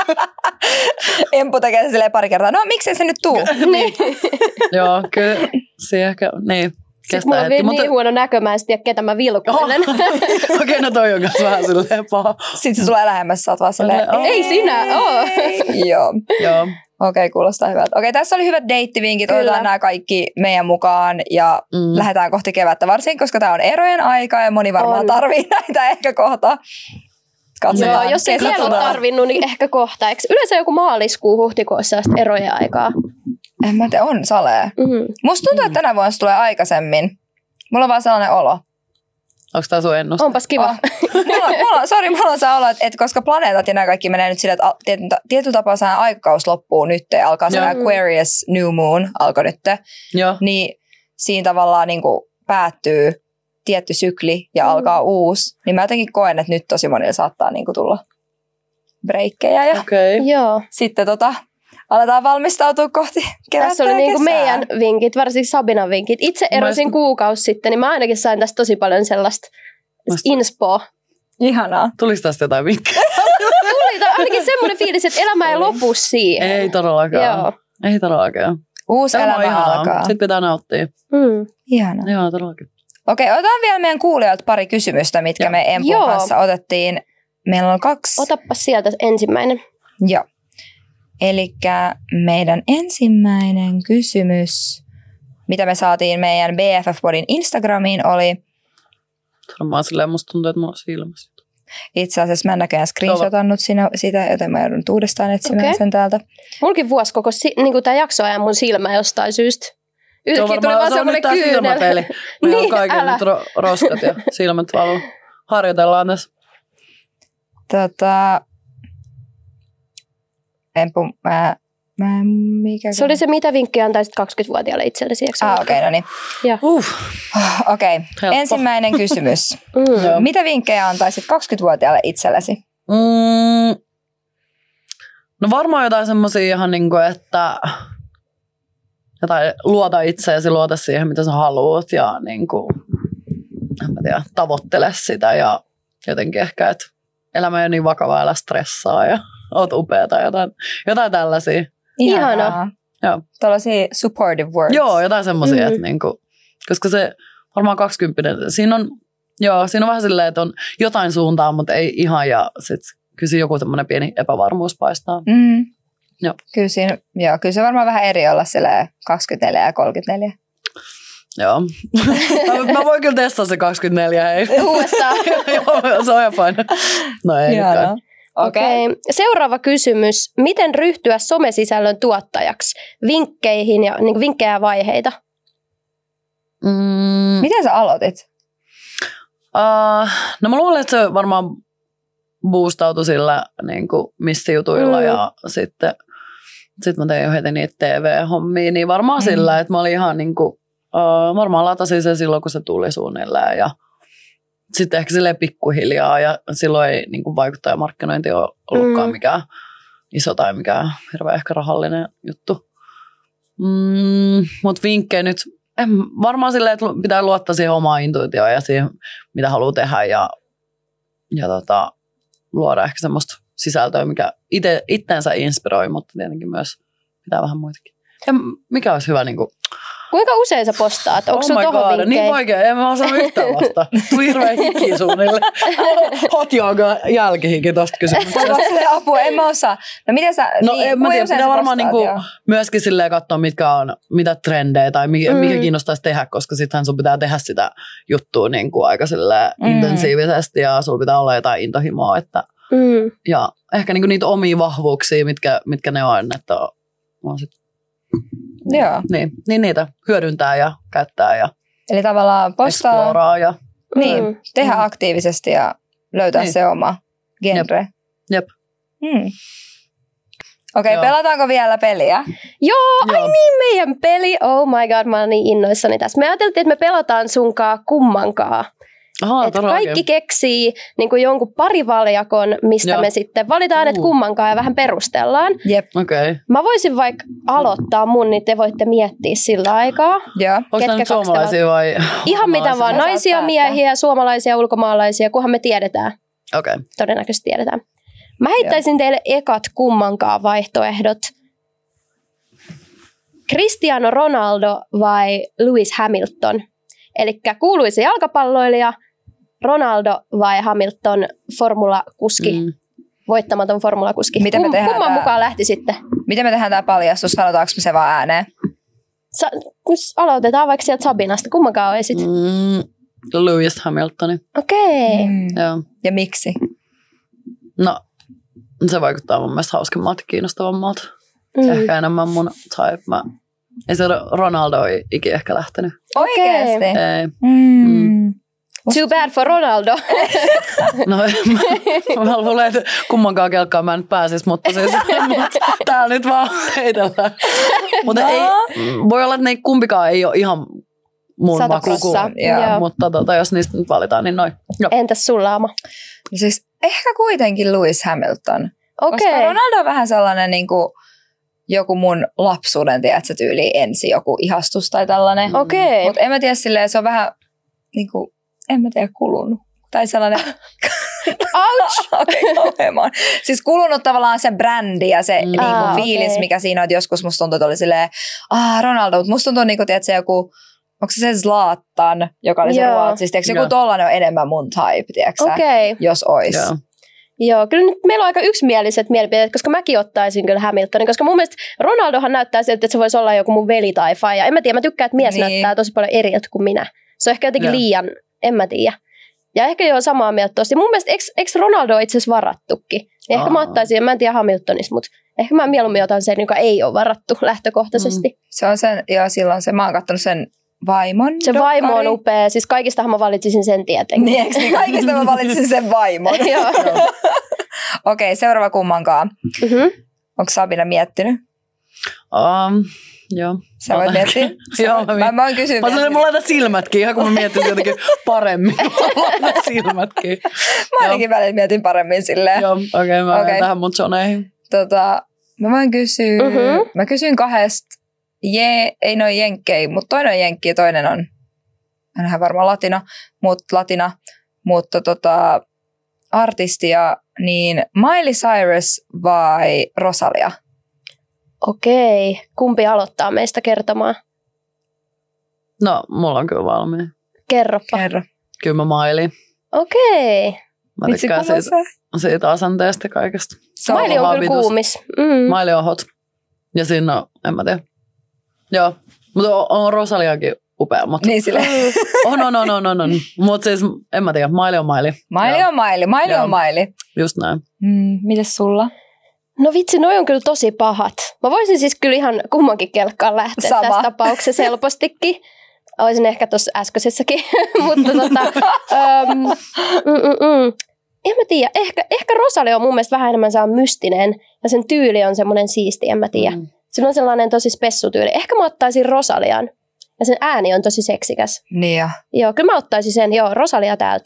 Empu tekee silleen pari kertaa. No, miksei se nyt tuu? niin. Joo, kyllä. Se ehkä, niin. Sitten mulla on vielä mutta... niin huono näkö, mä en tiedä, ketä mä vilkuilen. Oh. Okei, okay, no toi on kanssa vähän silleen paha. Sitten se tulee lähemmäs, sä oot vaan silleen, ei, ei sinä, oo. Joo. Joo. Okei, okay, kuulostaa hyvältä. Okei, okay, tässä oli hyvät deittivinkit. Otetaan nämä kaikki meidän mukaan ja mm. lähdetään kohti kevättä. Varsinkin, koska tämä on erojen aika ja moni varmaan on. tarvii näitä ehkä kohta. Katsotaan. Joo, jos ei vielä ole tarvinnut, niin ehkä kohta. Eikö yleensä joku maaliskuu, huhtikuussa ja erojen aikaa? En mä tiedä, on salee. Mm-hmm. Musta tuntuu, että tänä vuonna se tulee aikaisemmin. Mulla on vaan sellainen olo. Onko tämä sun ennuste? Onpas kiva. Oh. mulla, mulla, sorry, mulla on se olo, että, että koska planeetat ja nämä kaikki menee nyt sille, että tietyllä tiety tapaa se aikakaus loppuu nyt ja alkaa se Aquarius New Moon alkoi nyt. Joo. Niin siinä tavallaan niin kuin päättyy tietty sykli ja mm. alkaa uusi. Niin mä jotenkin koen, että nyt tosi monilla saattaa niin kuin tulla breikkejä. Ja okay. Joo. Sitten tota... aletaan valmistautua kohti kevättä. Tässä oli niinku meidän vinkit, varsinkin Sabinan vinkit. Itse erosin Maist... kuukausi sitten, niin mä ainakin sain tästä tosi paljon sellaista Maist... inspoa. Ihanaa. Tuliko tästä jotain vinkkejä? Tuli, tai ainakin semmoinen fiilis, että elämä ei lopu siihen. Ei todellakaan. Joo. Ei todellakaan. Uusi Tämä elämä ihanaa. Alkaa. Sitten pitää nauttia. Mm. Ihanaa. Joo, todellakin. Okei, otetaan vielä meidän kuulijoilta pari kysymystä, mitkä Joo. me Empun Joo. kanssa otettiin. Meillä on kaksi. Otappa sieltä ensimmäinen. Joo. Elikkä meidän ensimmäinen kysymys, mitä me saatiin meidän B F F-podin Instagramiin oli... Varmaan silleen musta tuntuu, että mulla on silmässä. Itse asiassa mä en näköjään screenshotannut sinä, sitä, joten mä joudun uudestaan etsimään okay. sen täältä. Mulkin vuosi koko, si- niin kuin tää jakso ajan mun silmä jostain syystä. Yhtäkkiä tuli vaan semmoinen kyynel. Se on nyt tää silmäpeli. Meillä niin, on kaiken nyt ro- roskat ja silmät valuu. Harjoitellaan tässä. Tota... Empu, mä, mä, mikä se oli se, mitä vinkkejä antaisit kaksikymmentävuotiaalle itsellesi. Ah, okei, okay, no niin. Uh. Okei, okay. Ensimmäinen kysymys. mm. Mitä vinkkejä antaisit kaksikymmentävuotiaalle itsellesi? Mm. No varmaan jotain semmoisia ihan niin kuin, että jotain, luota itseäsi, luota siihen, mitä sä haluat ja niin kuin, en mä tiedä, tavoittele sitä ja jotenkin ehkä, että elämä ei ole niin vakavaa, älä stressaa ja oot upeata, jotain, jotain tällaisia. Ihanaa. Joo. Tällaisia supportive words. Joo, jotain semmoisia, mm-hmm. että niinku, koska se varmaan kaksikymmentä, siinä on, joo, siinä on vähän silleen, että on jotain suuntaa, mutta ei ihan, ja sitten kyllä joku tämmöinen pieni epävarmuus paistaa. Mm. Joo. Kyllä, siinä, joo, kyllä se varmaan vähän eri olla silleen kaksikymmentäneljä ja kolmekymmentäneljä. Joo. Mä voin kyllä testaa se kaksikymmentäneljä, hei. Uudestaan. Joo, se on ihan fine. No ei nytkään. Okei. Okay. Seuraava kysymys. Miten ryhtyä somesisällön tuottajaksi? Vinkkeihin ja niin vinkkejä ja vaiheita. Mm. Miten sä aloitit? Uh, no mä luulen, että se varmaan boostautui sillä niin kuin missijutuilla mm. ja sitten sit mä tein jo heti niitä T V-hommia. Niin varmaan mm. sillä, että mä olin ihan niin kuin, uh, varmaan latasin sen silloin, kun se tuli suunnilleen ja sitten ehkä silleen pikkuhiljaa ja silloin ei niin kuin vaikuttajamarkkinointi ole ollutkaan mm. mikään iso tai mikään hirveän ehkä rahallinen juttu. Mm, mutta vinkkejä nyt, en, varmaan silleen, että pitää luottaa siihen omaan intuitioon ja siihen, mitä haluaa tehdä ja, ja tota, luoda ehkä semmoista sisältöä, mikä ite, itteensä inspiroi, mutta tietenkin myös pitää vähän muitakin. Ja mikä olisi hyvä niin kuin, Kuinka usein sä postaat? Onko oh sulla tohon God, vinkkejä? niin vaikea, en mä osaa yhtään vasta. Tuli hirveä hiki suunnille. Hot yoga jälkihiki tosta kysymyksestä. Apua, en mä osaa. No miten sä, No niin, en mä tiedä, pitää varmaan postaat, niinku joo. myöskin silleen katsoa, mitkä on, mitä trendejä tai mikä, Mm. mikä kiinnostaisi tehdä, koska sittenhän sun pitää tehdä sitä juttua niinku aika silleen Mm. intensiivisesti ja sulla pitää olla jotain intohimoa. Että, Mm. ja ehkä niinku niitä omia vahvuuksia, mitkä, mitkä ne on, että on, on sit, Joo. niin, niin niitä hyödyntää ja käyttää ja Eli tavallaan postaa, exploraa ja niin, Mm. tehdä Mm. aktiivisesti ja löytää Niin. se oma genre. Jep. Hmm. Okei, Joo. pelataanko vielä peliä? Joo, ai Joo. niin, meidän peli. Oh my god, mä oon niin innoissani tässä. Me ajateltiin, että me pelataan sunkaa kummankaa. Aha, Että kaikki keksii niin kuin jonkun parivaljakon, mistä Joo. me sitten valitaan, että Uh. kummankaan ja vähän perustellaan. Jep. Okei. Okay. Mä voisin vaikka aloittaa mun, niin te voitte miettiä sillä aikaa. Joo. Onko Ketkä nämä nyt kaksi suomalaisia vai Ihan mitä ulkomaalaisia? vaan, Sä saat naisia, päättää. miehiä, suomalaisia, ulkomaalaisia, kunhan me tiedetään. Okei. Okay. Todennäköisesti tiedetään. Mä heittäisin teille ekat kummankaan vaihtoehdot. Cristiano Ronaldo vai Lewis Hamilton? Eli kuuluisa jalkapalloilija, Ronaldo vai Hamilton, formulakuski, mm. Mm. voittamaton formulakuski. Miten me Kum, tehdään kumman tää? mukaan lähti sitten? Miten me tehdään tämä paljastus? Sanotaanko me se vaan ääneen? Sa- kun aloitetaan vaikka sieltä Sabinasta. Kummankaan on sit? Mm. Mm, Lewis Hamiltoni. Okei. Okay. Mm. Joo. Ja miksi? No, se vaikuttaa mun mielestä hauskemmalta, kiinnostavammalta. Mm. Ehkä enemmän mun type. Mä, ei se Ronaldo ei ikinä ehkä lähtenyt. Oikeesti? Ei. Mm. Mm. Too bad for Ronaldo. No mä, mä luulen, että kummankaan kelkkaan mä en pääsis, mutta siis mut, täällä nyt vaan heitellään. Mutta No. ei, voi olla, että ne kumpikaan ei ole ihan mun Sata makuku. prossaa, joo. Mutta tota, jos niistä nyt valitaan, niin noin. Joo. Entäs sulla, Ama? No siis ehkä kuitenkin Lewis Hamilton. Okei. Koska Ronaldo on vähän sellainen niin kuin joku mun lapsuuden, tiedätkö, tyyli ensi joku ihastus tai tällainen. Okei. Mutta en mä tiedä silleen, se on vähän niin kuin, en mä tiedä, kulunut. Tai sellainen, Ouch! okei, kauhean. Siis kulunut tavallaan se brändi ja se Mm. niinku Aa, fiilis, okei. mikä siinä on. Että joskus musta tuntuu, että oli silleen, ah, Ronaldo, mutta musta tuntuu, niinku, tiedätkö, joku, onko se se Zlatan, joka oli se Joo. Ruotsissa, tiedätkö, joku Joo. tollainen on enemmän mun type, tiedätkö, Okei. jos ois. Joo. Joo, kyllä nyt meillä on aika yksimieliset mielipiteet, koska mäkin ottaisin kyllä Hamiltonin, koska mun mielestä Ronaldohan näyttää siltä, että se voisi olla joku mun veli tai faija. En mä tiedä, mä tykkään, että mies Niin. näyttää tosi paljon eriltä kuin minä. Se on ehkä jotenkin Joo. liian, en mä tiedä. Ja ehkä joo samaa mieltä tosti. Mun mielestä eikö, eikö Ronaldo itse asiassa varattukin? Niin ehkä mä Aa. ottaisin, mä en tiedä Hamiltonista, mutta ehkä mä mieluummin otan sen, joka ei ole varattu lähtökohtaisesti. Mm. Se on sen, joo, silloin se, mä oon kattonut sen vaimon. Se vaimo on dokkari. upea, siis kaikistahan mä valitsisin sen tietenkin. Niin, eikö niin? Kaikista mä valitsin sen vaimon. Joo. Okei, seuraava kummankaan. Mhm. Onko Sabina miettinyt? Um, joo. Sä voit Ota- miettiä? Joo, mä, Mä, mä oon kysynyt. Mä sanoin, mulla laitan silmätkin, ihan kun mä miettisin jotenkin paremmin. Mulla laitan silmätkin. Mä ainakin välillä mietin paremmin silleen. Joo, okei, okay, mä Okei. okay. tähän mun zoneihin. Tota, mä voin kysyä, Mhm. mä kysyn kahdesta, je, ei noin jenkkei, mutta toinen on jenkki ja toinen on, en ihan varmaan latina, mutta latina, mutta tota, artistia, niin Miley Cyrus vai Rosalia? Okei, kumpi aloittaa meistä kertomaan? No, mulla on kyllä valmiin. Kerropa. Kerro. Kyllä mä mailiin. Okei. Mä Vitsi, tykkään kumman siitä, sä? siitä asenteesta ja kaikesta. Se on Maili on vaan kyllä vitus. kuumis. Mm. Maili on hot. Ja siinä on, en mä tiedä. Joo, mutta on, on Rosaliakin upea. Mutta Niin silleen. on, on, on, on, on, on. Mutta siis, en mä tiedä, Maili on Maili. Miley Joo, on Miley, Miley Joo. on Miley. just näin. Mm, mites sulla? No vitsi, noi on kyllä tosi pahat. Mä voisin siis kyllä ihan kummankin kelkkaan lähteä Sama. tässä tapauksessa helpostikin. Olisin ehkä tuossa äskeisessäkin, mutta tota... Um, mm, mm, mm. En mä tiedä, ehkä, ehkä Rosalia on mun mielestä vähän enemmän saa mystinen ja sen tyyli on semmoinen siisti, en mä tiedä. Mm. Sillä on sellainen tosi spessutyyli. Ehkä mä ottaisin Rosalian ja sen ääni on tosi seksikäs. Niin jo. Joo, kyllä mä ottaisin sen, joo, Rosalia täältä.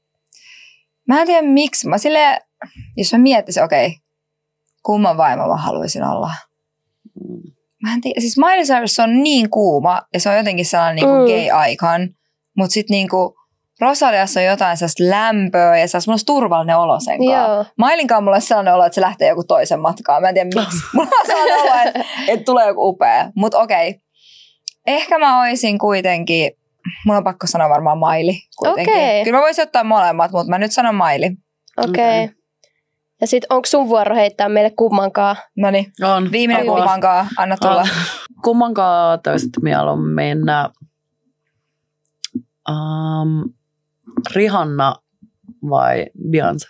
Mä en tiedä miksi. Mä silleen, jos mä miettisin, okei, okay, kumman vaimo mä haluaisin olla. Mä en tiedä, siis Miley Cyrus on niin kuuma ja se on jotenkin sellainen niinku Mm. gay-icon, mutta sitten niinku Rosaliassa on jotain sellaista lämpöä ja sellaista, mulla olisi turvallinen olo sen kanssa. Joo. Mailin kanssa mulla olisi sellainen olo, että se lähtee joku toisen matkaan. Mä en tiedä miksi. Mulla on sellainen olo, että, että tulee joku upea. Mutta okei. ehkä mä oisin kuitenkin, mun on pakko sanoa varmaan Maili kuitenkin. Okei. Kyllä mä voisin ottaa molemmat, mutta mä nyt sanon Maili. Okei. Okay. Ja sit onko sun vuoro heittää meille kummankaan? Noniin, On. viimeinen Apua. kummankaan, anna tulla. On. Kummankaan täysin mieluummin mennä um, Rihanna vai Beyoncé?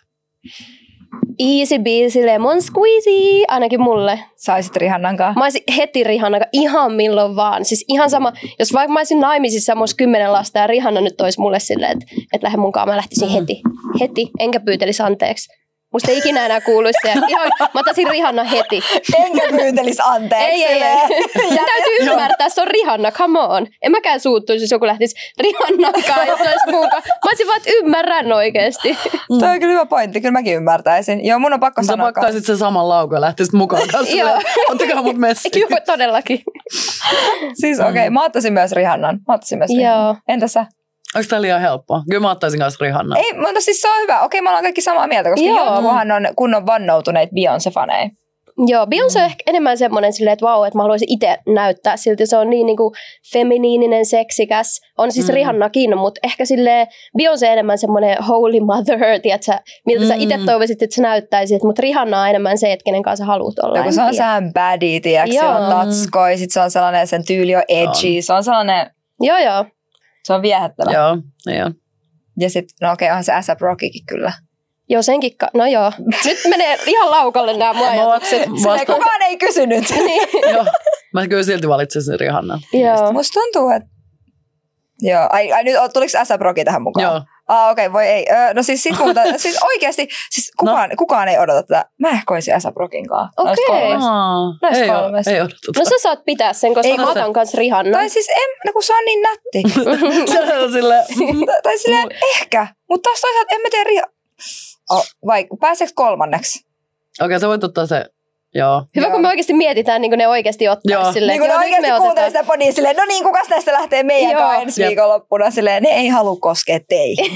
Easy beasy lemon squeezy, ainakin mulle. Saisit Rihannan Mä olisin heti Rihanna ihan milloin vaan. Siis ihan sama, jos vaikka mä olisin naimisissa mun kymmenen lasta ja Rihanna nyt olisi mulle silleen, että et lähde munkaan, mä lähtisin heti. Heti, enkä pyytelisi anteeksi. Musta ei ikinä enää kuuluisi se. Ihan, mä ottaisin Rihanna heti. Enkä pyytelis anteeksi. Ei, ei, ei. Sen täytyy ymmärtää, se on Rihanna, come on. En mäkään suuttuisi, jos joku lähtisi Rihannakaan, jos se olisi mukaan. Mä olisin vaan, että ymmärrän oikeesti. Mm. Toi on kyllä hyvä pointti, kyllä mäkin ymmärtäisin. Joo, mun on pakko Sä sanoa. Sä pakkaisit sen saman laukun ja lähtisit mukaan kanssa. Joo. Ottakaa mut messiin. Joo, todellakin. Siis okei, okay, mä ottaisin myös Rihannan. Mä ottaisin myös Rihannan. Joo. Entä sä? Onko tää liian helppoa? Kyllä mä ottaisin kanssa Rihanna. Ei, mutta siis se on hyvä. Okei, me ollaan kaikki samaa mieltä, koska Joo. jokuhan on kunnon vannoutuneita Beyoncé-faneja. Joo, Beyoncé on ehkä enemmän semmoinen silleen, että vau, että mä haluaisin itse näyttää siltä. Se on niin niinku feminiininen, seksikäs. On siis mm. Rihannakin, mutta ehkä silleen Beyoncé enemmän semmoinen holy mother, tiiätkö, miltä mm. sä itse toivoisit, että sä näyttäisit. Mutta Rihanna on enemmän se, että kenen kanssa sä haluat olla. Joku se on sehän baddie, tiiäks, se on tatskoi, sit se on sellainen, sen tyyli on edgy, se on sellainen, Joo, joo. se on viehättävä. Joo, niin on. Ja sit, no okei, onhan se A$ap Rockykin kyllä. Joo, senkin, ka- no joo. Nyt menee ihan laukalle nämä mun ajatukset. Vasta... Kukaan ei kysynyt. Niin. Joo, mä kyllä silti valitsisin Rihannan. Joo. Musta tuntuu, että... Joo, ai, ai nyt tuliko A$ap Rocky tähän mukaan? Joo. Ah, okei, okay, voi ei. Öö, no siis sit muuta, siis oikeesti, siis kukaan, no. kukaan ei odota tätä. Mä ehkä olisin A$ap Rockin kanssa. Okei. Näistä Ei, kolmesta. ei odoteta. No sä saat pitää sen, koska Ei, mä otan kanssa Rihanna. Tai siis en, no kun se on niin nätti. Se on silleen... tai, tai silleen ehkä, mutta taas toisaalta en mä tiedä Rihanna. Oh, vai pääseekö kolmanneksi? Okei, okay, sä voit ottaa se... Joo. Hyvä, Joo. kun me oikeasti mietitään, niin kuin ne oikeasti ottaa Joo. silleen. Niin kuin ne oikeasti kuuntelee sitä podia silleen, no niin, kukas näistä lähtee meidän Joo. kanssa ensi viikonloppuna silleen, ne ei halua koskea teihin.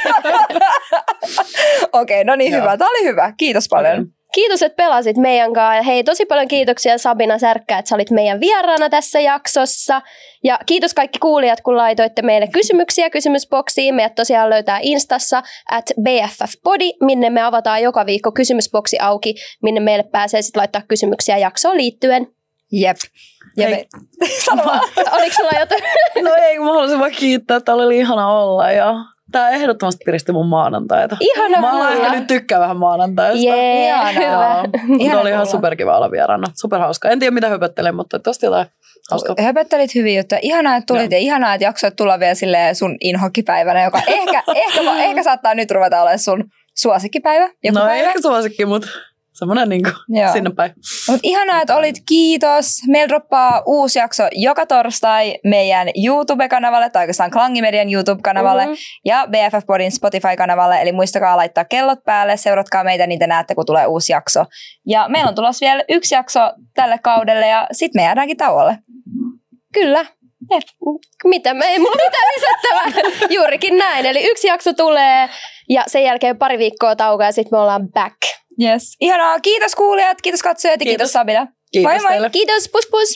Okei, okay, no niin, Joo. hyvä. Tämä oli hyvä. Kiitos paljon. Okay. Kiitos, että pelasit meidän kanssa. Ja hei, tosi paljon kiitoksia Sabina Särkkä, että sä olit meidän vieraana tässä jaksossa. Ja kiitos kaikki kuulijat, kun laitoitte meille kysymyksiä kysymysboksiin. Meidät tosiaan löytää Instassa at B F F Podi, minne me avataan joka viikko kysymysboksi auki, minne meille pääsee sitten laittaa kysymyksiä jaksoon liittyen. Jep. Ja Hei. me... Sano vaan. Oliko sulla jotain? No ei, kun mä haluaisin vaan kiittää, että oli ihana olla ja... Tää ehdottomasti piristi mun maanantaita. Ihana Mä olen kuulla. ehkä nyt tykkää vähän maanantaista. Jee, Ihanaa. hyvä. Mutta Ihana oli ihan kuulla. superkiva olla vieraana. Superhauska. En tiedä mitä höpöttelen, mutta tosta jotain hauskaa. Höpöttelit hyvin juttuja. Ihanaa, että tulit Joo. ja ihanaa, että jaksoit tulla vielä silleen sun inhokkipäivänä, joka ehkä, ehkä, ehkä saattaa nyt ruveta olemaan sun suosikkipäivä. Joku No ei päivä. ehkä suosikki, mutta semmonen niinku Joo. sinne päin. Mutta ihanaa, että olit. Kiitos. Meillä droppaa uusi jakso joka torstai meidän YouTube-kanavalle, tai oikeastaan Klangimedian YouTube-kanavalle, Mhm. ja B F F Podin Spotify-kanavalle. Eli muistakaa laittaa kellot päälle, seuratkaa meitä, niin te näette, kun tulee uusi jakso. Ja meillä on tulossa vielä yksi jakso tälle kaudelle, ja sitten me jäädäänkin tauolle. Kyllä. Jep. Mitä? Me ei mulla mitään lisättävää. Juurikin näin. Eli yksi jakso tulee ja sen jälkeen pari viikkoa taukoa ja sitten me ollaan back. Yes. Ihanaa. Kiitos kuulijat, kiitos katsojat ja kiitos, Kiitos. Sabina. Kiitos Moi moi. teille. Kiitos, pus pus.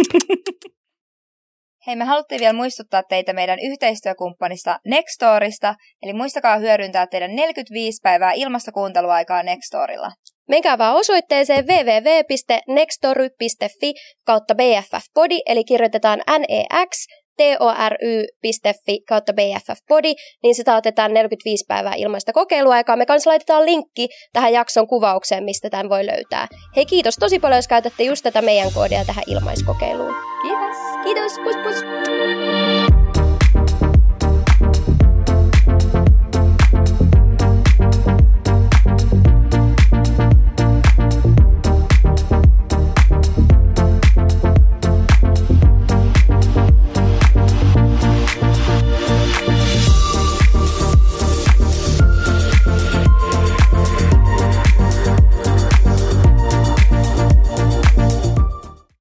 Hei, me haluttiin vielä muistuttaa teitä meidän yhteistyökumppanista Nextorista, eli muistakaa hyödyntää teidän neljäkymmentäviisi päivää ilmasta kuunteluaikaa Nextorilla. Menkää vaan osoitteeseen www piste nextory piste fi kautta B F F Podi, eli kirjoitetaan N E X T O R Y piste fi kautta B F F Podi, niin se otetaan neljäkymmentäviisi päivää ilmaista kokeiluaikaa. Me kanssa laitetaan linkki tähän jakson kuvaukseen, mistä tämän voi löytää. Hei, kiitos tosi paljon, jos käytätte just tätä meidän koodia tähän ilmaiskokeiluun. Kiitos. Kiitos, pus pus.